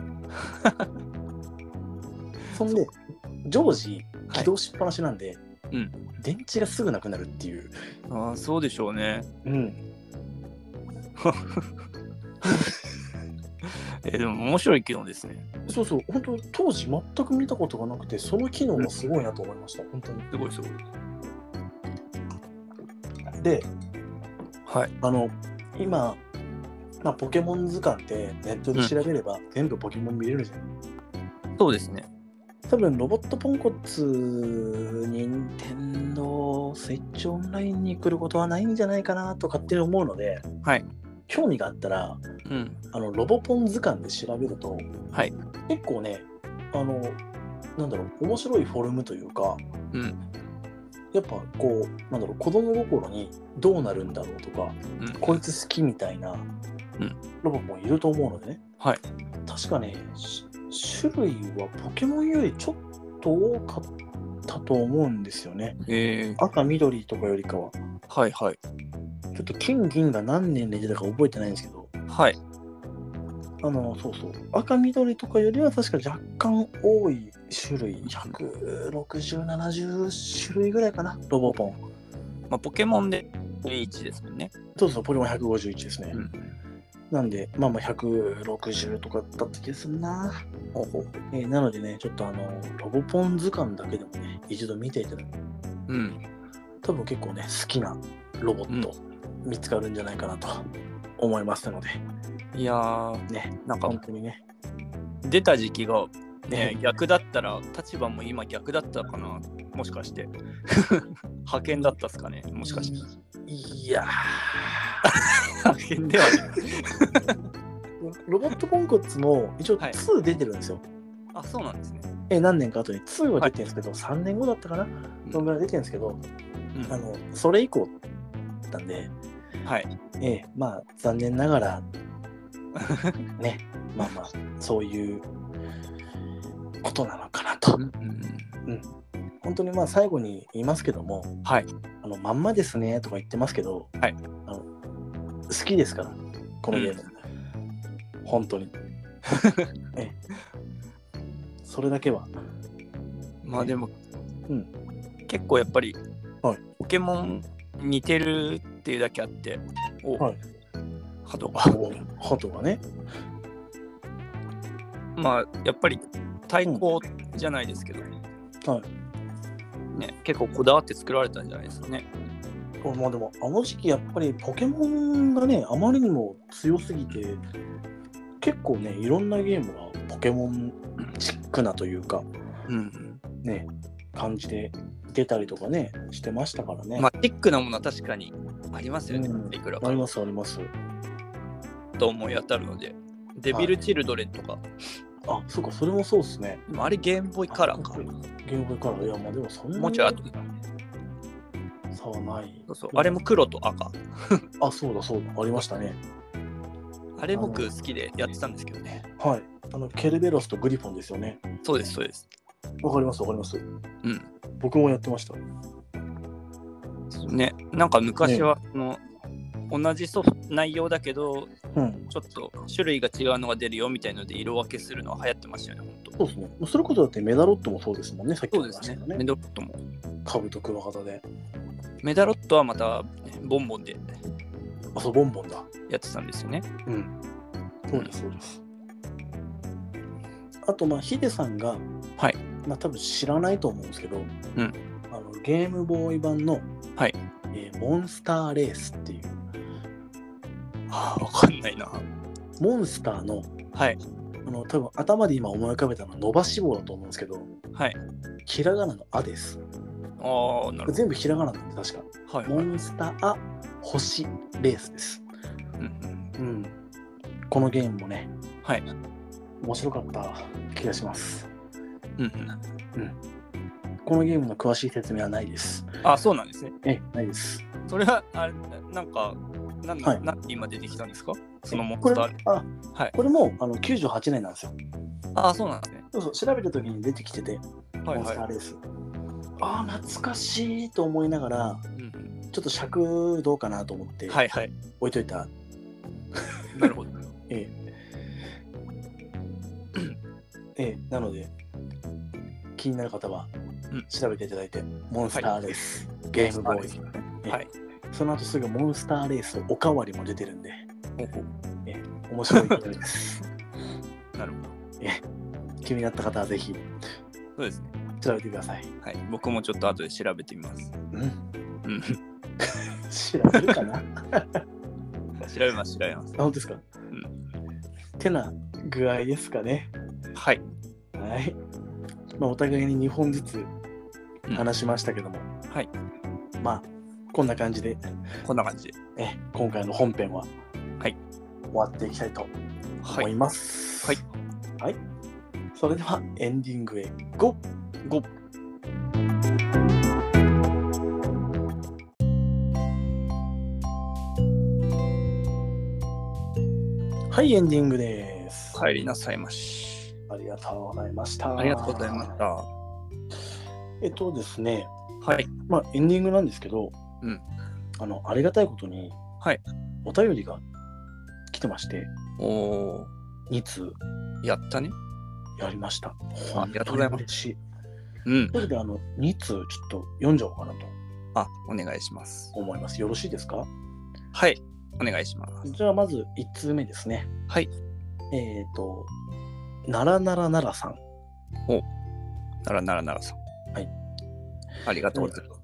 そんで常時起動しっぱなしなんで、電池がすぐなくなるっていう。 そうでしょうね。でも面白い機能ですね。 本当当時全く見たことがなくて、その機能がすごいなと思いました。本当にすごい。 で、今、ポケモン図鑑ってネットで調べれば全部ポケモン見れるじゃん。 そうですね。 多分ロボットポンコツ任天堂スイッチオンラインに来ることはないんじゃないかなと勝手に思うので、興味があったら、ロボポン図鑑で調べると、結構ね、なんだろう、面白いフォルムというか、やっぱこうなんだろう、子供心にどうなるんだろうとか、こいつ好きみたいなロボポンいると思うのでね、確かね、種類はポケモンよりちょっと多かったと思うんですよね。赤緑とかよりかは。ちょっと金銀が何年で出たか覚えてないんですけど、赤緑とかよりは確か若干多い種類、160、70種類ぐらいかな、ロボポン。 ポケモンで1ですもんね。 ポケモン151ですね。なんで、160とかだった気がするな。なのでね、ちょっとロボポン図鑑だけでもね、一度見ていただく。多分結構ね、好きなロボット見つかるんじゃないかなと思いますので。 いやー、 なんか本当にね、 出た時期が逆だったら、立場も今逆だったかな、もしかして。派遣だったっすかね、もしかして。 いや派遣ではない。 ロボットポンコツも一応2出てるんですよ。 そうなんですね。 何年か後に2は出てるんですけど、3年後だったかな、そのぐらい出てるんですけど、それ以降なんで、残念ながらね、そういうことなのかなと。本当に最後に言いますけども、まんまですねとか言ってますけど、好きですから、このゲーム。 本当に。それだけは。 まあでも、結構やっぱり、ポケモン似てるっていうだけあって、鳩がね。 まあやっぱり対抗じゃないですけど、ね、結構こだわって作られたんじゃないですかね。 まあでもあの時期やっぱりポケモンがねあまりにも強すぎて結構ねいろんなゲームがポケモンチックなというか、ね感じで出たりとかねしてましたからね。 まあチックなものは確かにありますよね。いくらかありますあります。 と思い当たるので、デビルチルドレンとか。 あ、そうかそれもそうですね。 あれゲームボーイカラーか。 ゲームボーイカラーいやまあでもそんなもうちょい後差はない。 そうあれも黒と赤。 あ、そうだそうだありましたね。 あれ僕好きでやってたんですけどね。 はい。ケルベロスとグリフォンですよね。 そうですそうです。 わかりますわかります。僕もやってました。 ね、なんか昔は同じ内容だけど、ちょっと種類が違うのが出るよみたいので色分けするのは流行ってましたよね、本当。 そうですね。それこそだってメダロットもそうですもんね、さっき言いましたね。メダロットも。 カブとクワガタで。 メダロットはまた、ボンボンで。 あ、そう、ボンボンだ。 やってたんですよね。 そうです、そうです。あと、ヒデさんが、多分知らないと思うんですけど、ゲームボーイ版の、モンスターレースっていう。 わかんないな。 モンスターの、多分頭で今思い浮かべたのは伸ばし棒だと思うんですけど、ひらがなのあです。 なるほど。 全部ひらがななんで確か。モンスター星レースです。このゲームもね、面白かった気がします。このゲームの詳しい説明はないです。 あ、そうなんですね。 ないです。 それはなんかなんで今出てきたんですか？そのモンスター。 これも98年なんですよ。 あ、そうなんですね。 そう調べた時に出てきてて、モンスターレース。懐かしいと思いながら、ちょっと尺どうかなと思って置いといた。 なるほど。 なので気になる方は調べていただいて、モンスターレース、ゲームボーイ。その後すぐモンスターレースおかわりも出てるんで、面白いゲームです。 なるほど。 気になった方はぜひそうですね。 調べてください。 僕もちょっと後で調べてみます。 調べるかな？ 調べます。 本当ですか？てな具合ですかね。お互いに2本ずつ話しましたけども、こんな感じで今回の本編は終わっていきたいと思います。それではエンディングへゴー。エンディングです。 帰りなさいまし。 ありがとうございました。 ありがとうございました。 ですね、エンディングなんですけど、ありがたいことに、お便りが来てまして、2通やったね。 やりました。 ありがとうございます。 嬉しい。それで2通ちょっと読んじゃおうかなと。 お願いします。 思います。よろしいですか？ お願いします。 じゃあまず1通目ですね。ならならならさん。 ならならならさん。ありがとうございます。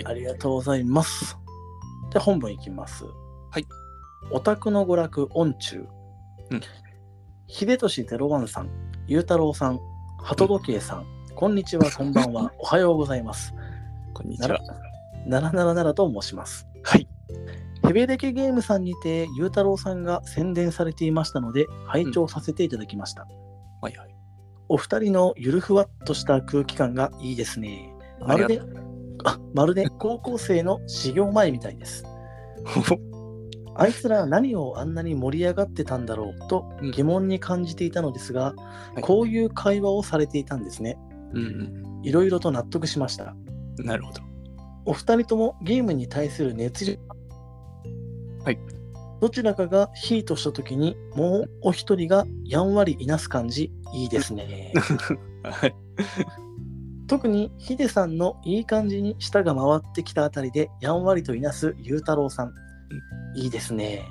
ありがとうございます。で、本文いきます。オタクの娯楽音中。秀俊01さん、ゆうたろうさん、鳩時計さん、こんにちは、こんばんは、おはようございます。 こんにちは。 ならならならと申します。ヘベレケゲームさんにて、ゆうたろうさんが宣伝されていましたので、拝聴させていただきました。お二人のゆるふわっとした空気感がいいですね。まるで高校生の始業前みたいです。あいつら何をあんなに盛り上がってたんだろうと疑問に感じていたのですが、こういう会話をされていたんですね。いろいろと納得しました。 なるほど。 お二人ともゲームに対する熱量、 どちらかがヒートしたときにもうお一人がやんわりいなす感じ、いいですね。 はい。 特にヒデさんのいい感じに舌が回ってきたあたりでやんわりといなすゆうたろうさん、いいですね。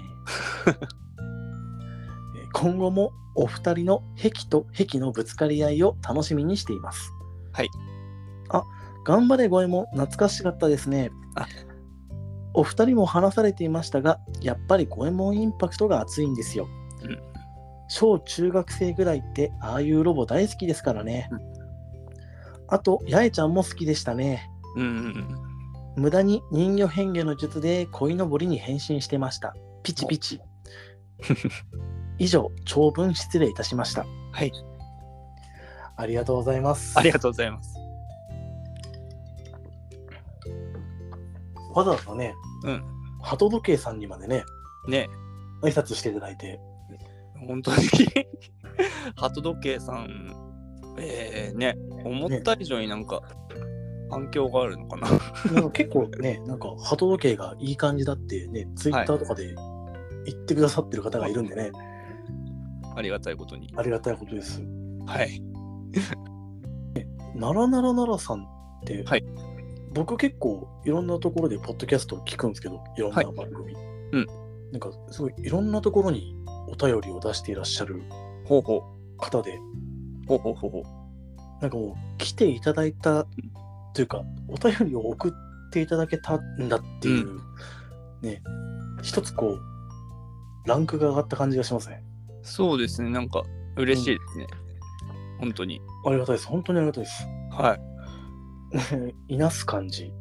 今後もお二人の壁と壁のぶつかり合いを楽しみにしています。 はい。 あ、頑張れゴエモン、懐かしかったですね。お二人も話されていましたが、やっぱりゴエモンインパクトが熱いんですよ。小中学生ぐらいってああいうロボ大好きですからね。あと、八重ちゃんも好きでしたね。無駄に人魚変化の術で鯉のぼりに変身してました。ピチピチ。以上、長文失礼いたしました。 はい。 ありがとうございます。 ありがとうございます。 わざわざね、鳩時計さんにまでね、挨拶していただいて。 本当に鳩時計さん、思った以上になんか反響があるのかな。 なんか結構ね、なんか鳩時計がいい感じだってね、ツイッターとかで言ってくださってる方がいるんでね。 ありがたいことに。 ありがたいことです。 はい。 ならならならさんって、僕結構いろんなところでポッドキャストを聞くんですけど、いろんな番組。なんかすごいいろんなところにお便りを出していらっしゃる方で、なんかもう来ていただいたというか、お便りを送っていただけたんだっていう、ね、一つこうランクが上がった感じがしますね。 そうですね、なんか嬉しいですね。本当に。 ありがたいです。本当にありがたいです。 はい。 いなす感じ。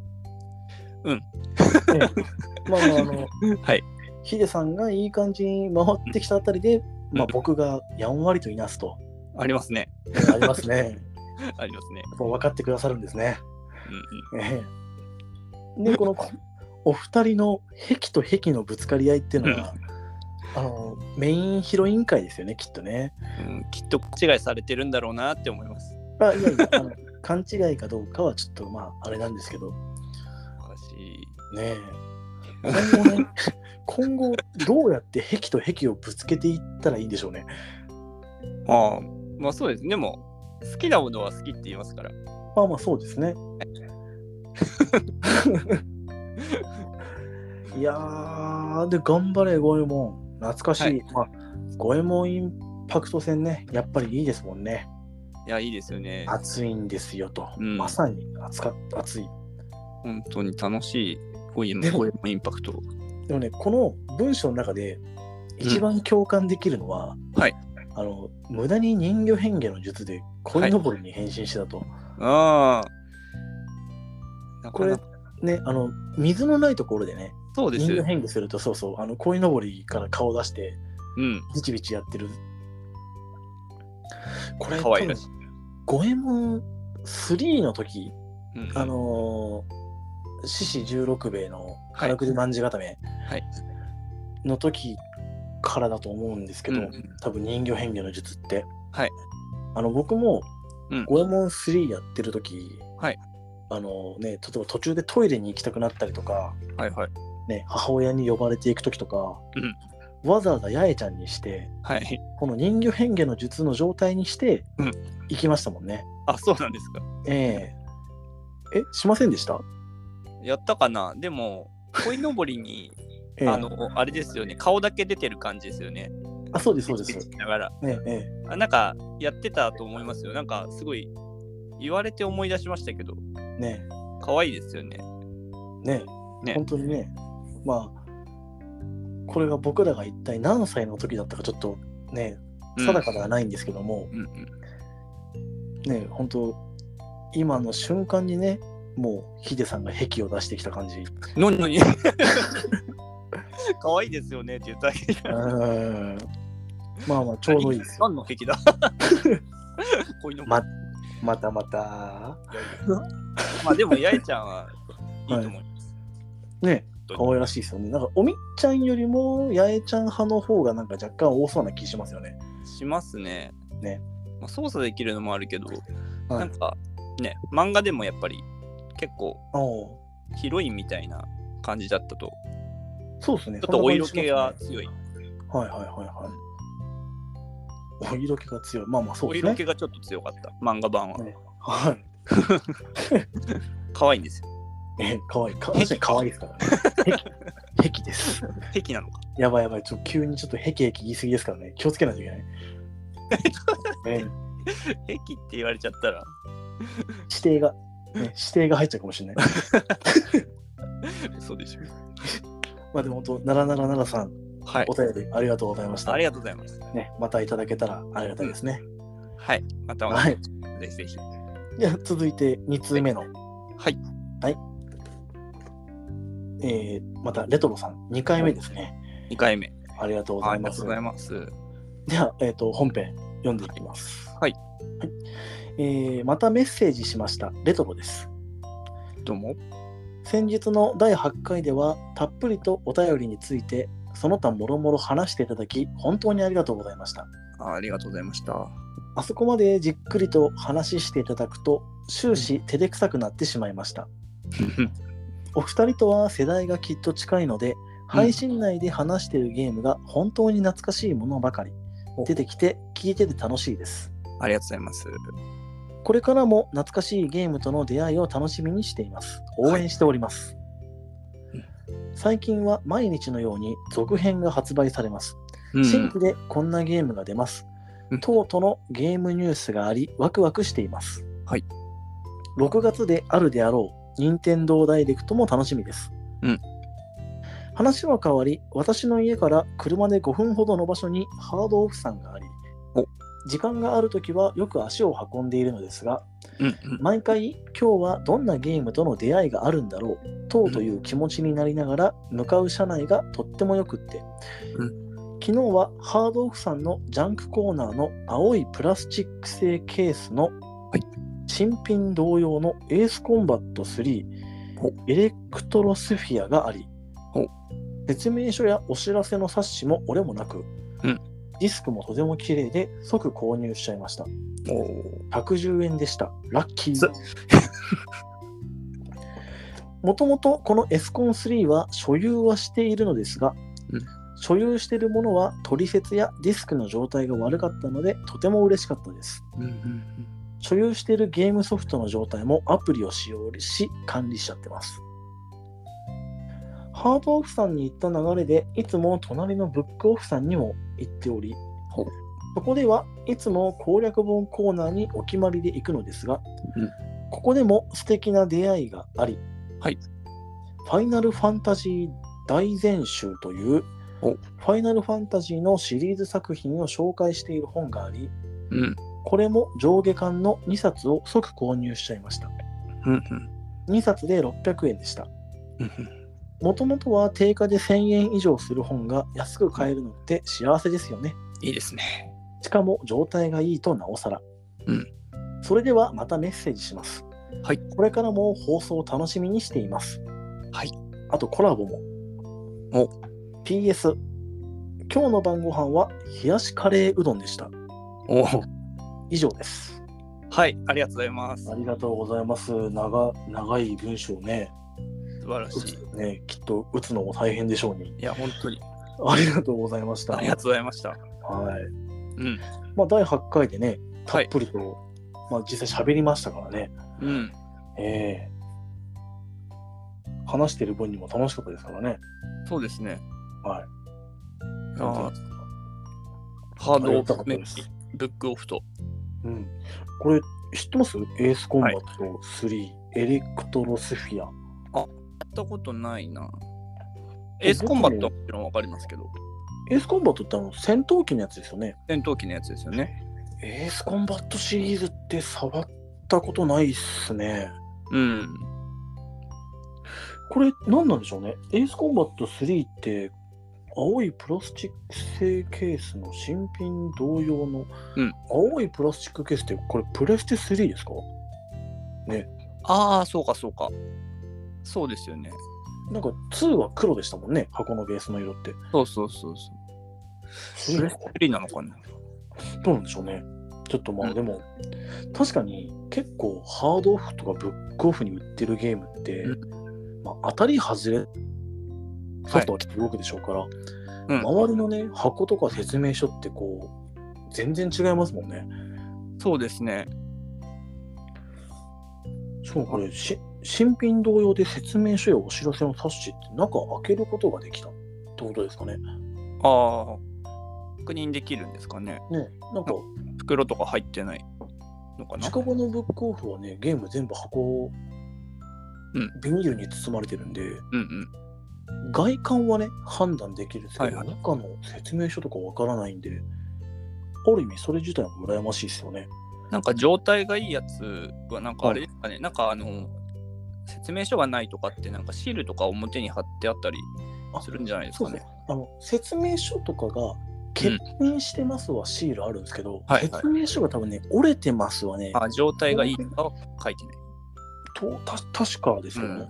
はい。 ヒデさんがいい感じに回ってきたあたりで、僕がやんわりといなすと。 ありますね。 ありますね。 ありますね。 分かってくださるんですね。で、このお二人の壁と壁のぶつかり合いっていうのは、メインヒロイン会ですよね、きっとね。 きっと勘違いされてるんだろうなって思います。 いやいや、勘違いかどうかはちょっとあれなんですけど。 おかしい。 ねえ。今後どうやって壁と壁をぶつけていったらいいんでしょうね。 まあそうです。でも好きなものは好きって言いますから。 まあそうですね。いやー、で頑張れゴエモン、懐かしい。ゴエモンインパクト戦ね、やっぱりいいですもんね。 いや、いいですよね。 熱いんですよと。まさに熱い。 本当に楽しいゴエモンインパクト。 でもね、この文章の中で一番共感できるのは、無駄に人魚変化の術で鯉のぼりに変身してたと。これね、水のないところでね、人魚変化すると、鯉のぼりから顔出して、ビチビチやってる。これ、ゴエモン3の時、獅子16兵衛のからくりまんじ固めの時からだと思うんですけど、多分人魚変化の術って、僕もゴエモン3やってる時、例えば途中でトイレに行きたくなったりとか、母親に呼ばれていく時とか、わざわざ八重ちゃんにして、この人魚変化の術の状態にして行きましたもんね。 そうなんですか。 しませんでした？ やったかな。でも鯉のぼりにあれですよね、顔だけ出てる感じですよね。 そうですそうです。 だからなんかやってたと思いますよ。なんかすごい言われて思い出しましたけどね、可愛いですよね。 本当にね。これが僕らが一体何歳の時だったかちょっとね定かではないんですけども、本当今の瞬間にね、もうヒデさんが壁を出してきた感じ。 何可愛いですよねって言ったけど。 ちょうどいいですよ。 何の壁だまた。 でも八重ちゃんはいいと思います。 可愛らしいですよね。なんかおみっちゃんよりも八重ちゃん派の方がなんか若干多そうな気しますよね。 しますね。操作できるのもあるけど、なんかね、漫画でもやっぱり結構ヒロインみたいな感じだったとそうですね。 ちょっとお色気が強い。 はいはいはいはい。お色気が強い。まあまあそうですね。 お色気がちょっと強かった。漫画版は。 はい。 可愛いんですよ。 可愛い。確かに可愛いですからね。癖です。 癖なのか。 やばいやばい。急にちょっと癖言い過ぎですからね。気をつけないといけない。 癖って言われちゃったら。 指定が入っちゃうかもしれない。 そうでしょう。 まあでも本当、77さん、 はい、 お便りありがとうございました。 ありがとうございます。 ね、またいただけたらありがたいですね。 はい、また、 はい、 ぜひぜひ。 では続いて2通目の。 はい。 はい。またレトロさん、2回目ですね。 2回目。 ありがとうございます。 ありがとうございます。 では、本編読んでいきます。 はい。 はい。またメッセージしました。レトロです。 どうも。 先日の第8回ではたっぷりとお便りについてその他もろもろ話していただき本当にありがとうございました。 ありがとうございました。 あそこまでじっくりと話していただくと終始照れくさくなってしまいました。お二人とは世代がきっと近いので配信内で話しているゲームが本当に懐かしいものばかり出てきて聞いてて楽しいです。 ありがとうございます。 これからも懐かしいゲームとの出会いを楽しみにしています。応援しております。はい、最近は毎日のように続編が発売されます。新規でこんなゲームが出ます。等々のゲームニュースがありワクワクしています。 はい、 6月であるであろう任天堂ダイレクトも楽しみです。話は変わり、私の家から車で5分ほどの場所にハードオフさんがあり、時間があるときはよく足を運んでいるのですが、毎回今日はどんなゲームとの出会いがあるんだろうという気持ちになりながら向かう車内がとってもよくって、昨日はハードオフさんのジャンクコーナーの青いプラスチック製ケースの新品同様のエースコンバット3エレクトロスフィアがあり、説明書やお知らせの冊子も俺もなく、ディスクもとても綺麗で即購入しちゃいました。110円でした。ラッキー。もともとこのエスコン3は所有はしているのですが、所有しているものは取説やディスクの状態が悪かったのでとても嬉しかったです。所有しているゲームソフトの状態もアプリを使用し管理しちゃってます。ハードオフさんに行った流れでいつも隣のブックオフさんにも行っており、そこではいつも攻略本コーナーにお決まりで行くのですが、ここでも素敵な出会いがあり、ファイナルファンタジー大全集というファイナルファンタジーのシリーズ作品を紹介している本があり、これも上下巻の2冊を即購入しちゃいました。2冊で600円でした。もともとは定価で1000円以上する本が安く買えるのって幸せですよね。 いいですね。 しかも状態がいいとなおさら。それではまたメッセージします。これからも放送を楽しみにしています。あとコラボも。PS、今日の晩ご飯は冷やしカレーうどんでした。以上です。 はい、ありがとうございます。 ありがとうございます。長い文章ね。 素晴らしい。 ね、きっと打つのも大変でしょうに。 いや、本当に。 ありがとうございました。 ありがとうございました。 まあ、第8回でね、たっぷりと、実際喋りましたからね。話してる分にも楽しかったですからね。 そうですね。 ハードオフメッキ、ブックオフと。 これ知ってます？エースコンバット3、エレクトロスフィア。 やったことないな。エースコンバットはもちろんわかりますけど。 エースコンバットって戦闘機のやつですよね。 戦闘機のやつですよね。 エースコンバットシリーズって触ったことないっすね。これ何なんでしょうね。エースコンバット3って青いプラスチック製ケースの新品同様の、青いプラスチックケースってこれプレステ3ですかね。 そうかそうか。そうですよね。 なんか2は黒でしたもんね、箱のベースの色って。 そう。プレステ3なのかな。 どうなんでしょうね。ちょっとでも確かに結構ハードオフとかブックオフに売ってるゲームって、当たり外れソフトはきっと動くでしょうから、周りのね箱とか説明書ってこう全然違いますもんね。 そうですね。 しかもこれ新品同様で説明書やお知らせの冊子って中開けることができたってことですかね。 ああ、確認できるんですかね。 ね、なんか袋とか入ってないのかな。 近場のブックオフはね、ゲーム全部箱、ビニールに包まれてるんで、外観はね判断できるんですけど、中の説明書とかわからないんで、ある意味それ自体も羨ましいですよね。 なんか状態がいいやつはなんかあれですかね、なんか説明書がないとかってなんかシールとか表に貼ってあったりするんじゃないですかね。 説明書とかが欠品してますはシールあるんですけど、説明書が多分ね折れてますはね、 状態がいいとかは書いてない確かですよね。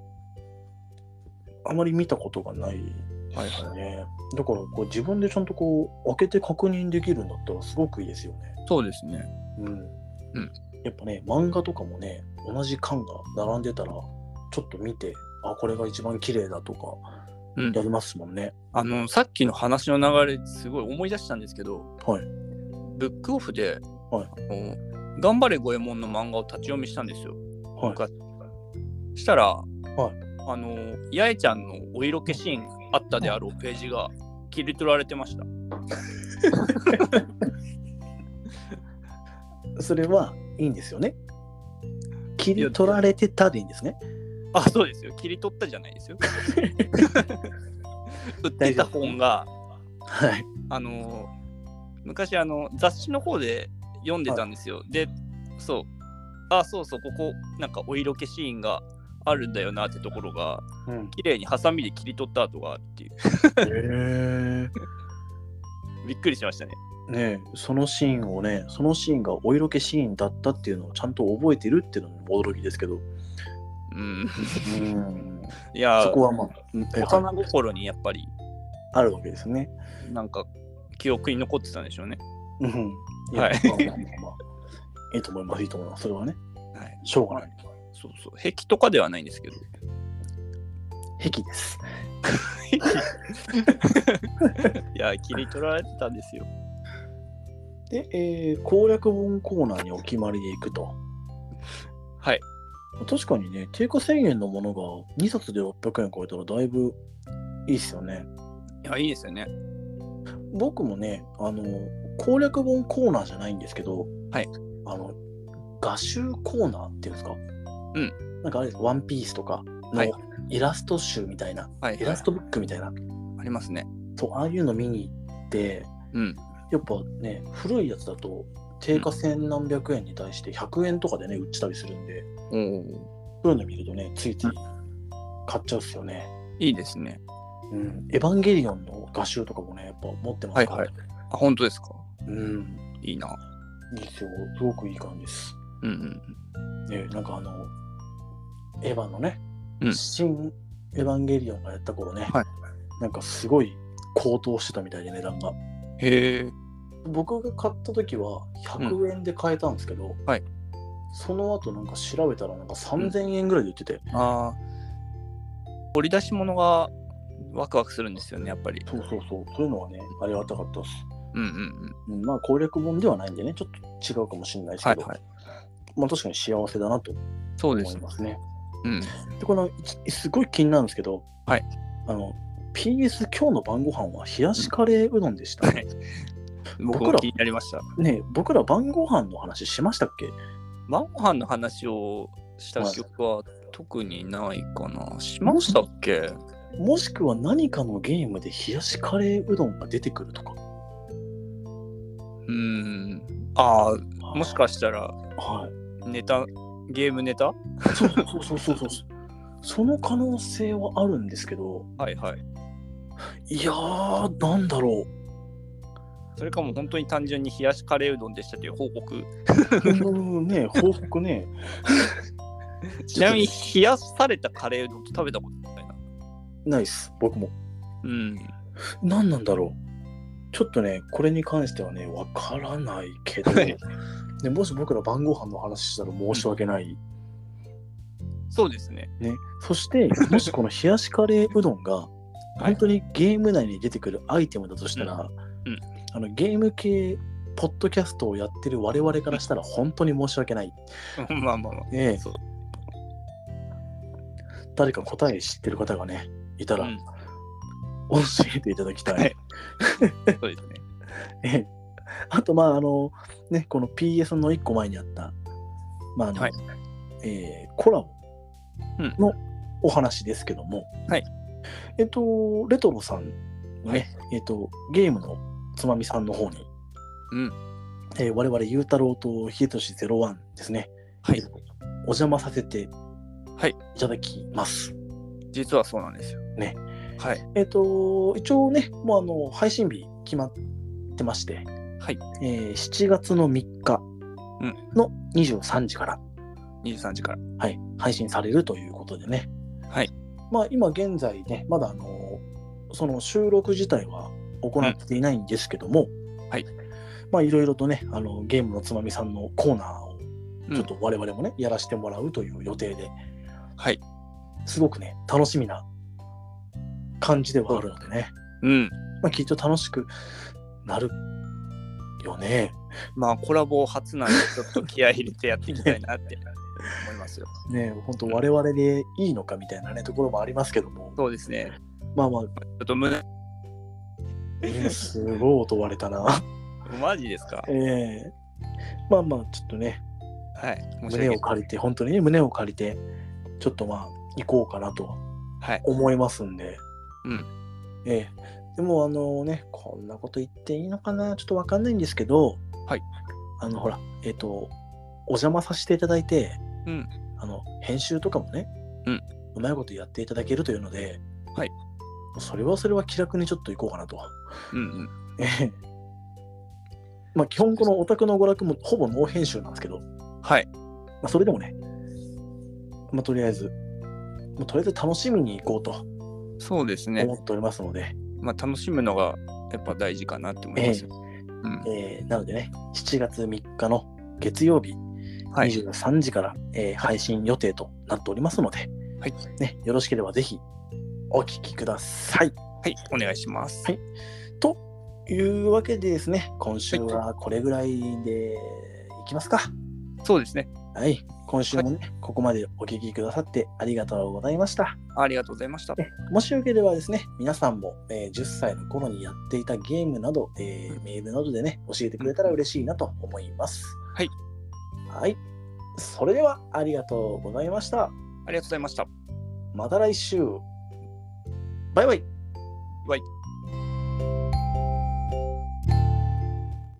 あまり見たことがないですね。だからこう自分でちゃんとこう開けて確認できるんだったらすごくいいですよね。 そうですね。 やっぱね、漫画とかもね、同じ巻が並んでたらちょっと見て、これが一番綺麗だとかやりますもんね。 さっきの話の流れすごい思い出したんですけど、ブックオフで、頑張れ五右衛門の漫画を立ち読みしたんですよ。したら、八重ちゃんのお色気シーンあったであろうページが切り取られてました。 それはいいんですよね。切り取られてたでいいんですね。 そうですよ。切り取ったじゃないですよ。売ってた本が、昔雑誌の方で読んでたんですよ。で、そうここなんかお色気シーンがあるんだよなってところが、綺麗にハサミで切り取った跡があるっていう。びっくりしましたね。 ね、そのシーンがお色気シーンだったっていうのをちゃんと覚えてるっていうのも驚きですけど。 いや、 そこは幼心にやっぱりあるわけですね。 なんか記憶に残ってたんでしょうね。 いいと思います。それはね。しょうがない。 壁とかではないんですけど。 壁です。 いや、切り取られてたんですよ。 で、攻略本コーナーにお決まりでいくと。確かにね、定価1000円のものが2冊で600円超えたらだいぶいいっすよね。 いや、いいですよね。 僕もね、攻略本コーナーじゃないんですけど、画集コーナーっていうんですか、なんかあれです、ワンピースとかのイラスト集みたいな、イラストブックみたいな、 ありますね。 ああいうの見に行って、やっぱね、古いやつだと定価1000何百円に対して100円とかでね売ってたりするんで、そういうの見るとね、ついつい買っちゃうっすよね。 いいですね。 エヴァンゲリオンの画集とかもね、やっぱ持ってますから。 本当ですか。いいな。 いいですよ。すごくいい感じです。なんかエヴァのね、新エヴァンゲリオンがやった頃ね、なんかすごい高騰してたみたいで値段が。僕が買った時は100円で買えたんですけど、その後なんか調べたらなんか3000円ぐらいで売ってて、 掘り出し物がワクワクするんですよね、やっぱり。 そういうのはね、ありがたかったです。まあ攻略本ではないんでね、ちょっと違うかもしれないですけど、まあ確かに幸せだなと思いますね。で、このすごい気になるんですけど、PS 今日の晩ご飯は冷やしカレーうどんでしたね。 僕ら気になりましたね。僕ら晩ご飯の話しましたっけ？ 晩ご飯の話をした記憶は特にないかな。しましたっけ？ もしくは何かのゲームで冷やしカレーうどんが出てくるとか。 もしかしたら、ゲームネタ？ そう。その可能性はあるんですけど、いやー、なんだろう。 それかも本当に単純に冷やしカレーうどんでしたという報告。 報告ね。 ちなみに冷やされたカレーうどんと食べたことないな。 ないっす、僕も。何なんだろう。ちょっとね、これに関してはね、わからないけど、もし僕ら晩ご飯の話したら申し訳ない。 そうですね。 そして、もしこの冷やしカレーうどんが本当にゲーム内に出てくるアイテムだとしたら、ゲーム系ポッドキャストをやってる我々からしたら本当に申し訳ない。 まあ。そう。 誰か答え知ってる方がね、いたら、教えていただきたい。 そうですね。あと、この PS の1個前にあった、コラボのお話ですけども、レトロさんね、ゲームのつまみさんの方に、我々、ゆうたろうとひげとし01ですね、お邪魔させていただきます。 実はそうなんですよ。 ね。一応ね、もう配信日決まってまして、7月の3日の23時から、配信されるということでね。今現在ね、まだその収録自体は行っていないんですけども、いろいろとね、ゲームのつまみさんのコーナーをちょっと我々もね、やらせてもらうという予定で、すごくね、楽しみな感じではあるのでね、きっと楽しくなるよね。 コラボ初なんでちょっと気合い入れてやっていきたいなって思いますよ。 ね、本当我々でいいのかみたいなね、ところもありますけども。 そうですね。 ちょっとすごい音割れたな。 マジですか？ ちょっとね、胸を借りて、本当にね、胸を借りて、ちょっと行こうかなと思いますんで。でもこんなこと言っていいのかな、ちょっとわかんないんですけど、ほら、お邪魔させていただいて、編集とかもね、うまいことやっていただけるというので、それは気楽にちょっと行こうかなと。基本このオタクの娯楽もほぼノー編集なんですけど、それでもね、とりあえず楽しみに行こうと。そうですね。思っておりますので、 楽しむのがやっぱ大事かなって思います。 なのでね、7月3日の月曜日、23時から、配信予定となっておりますので、よろしければぜひお聞きください。 お願いします。 というわけでですね、今週はこれぐらいでいきますか。 そうですね。 今週もね、ここまでお聞きくださってありがとうございました。 ありがとうございました。 もしよければですね、皆さんも、10歳の頃にやっていたゲームなど、メールなどでね、教えてくれたら嬉しいなと思います。それではありがとうございました。 ありがとうございました。 また来週。バイバイ。 バイ。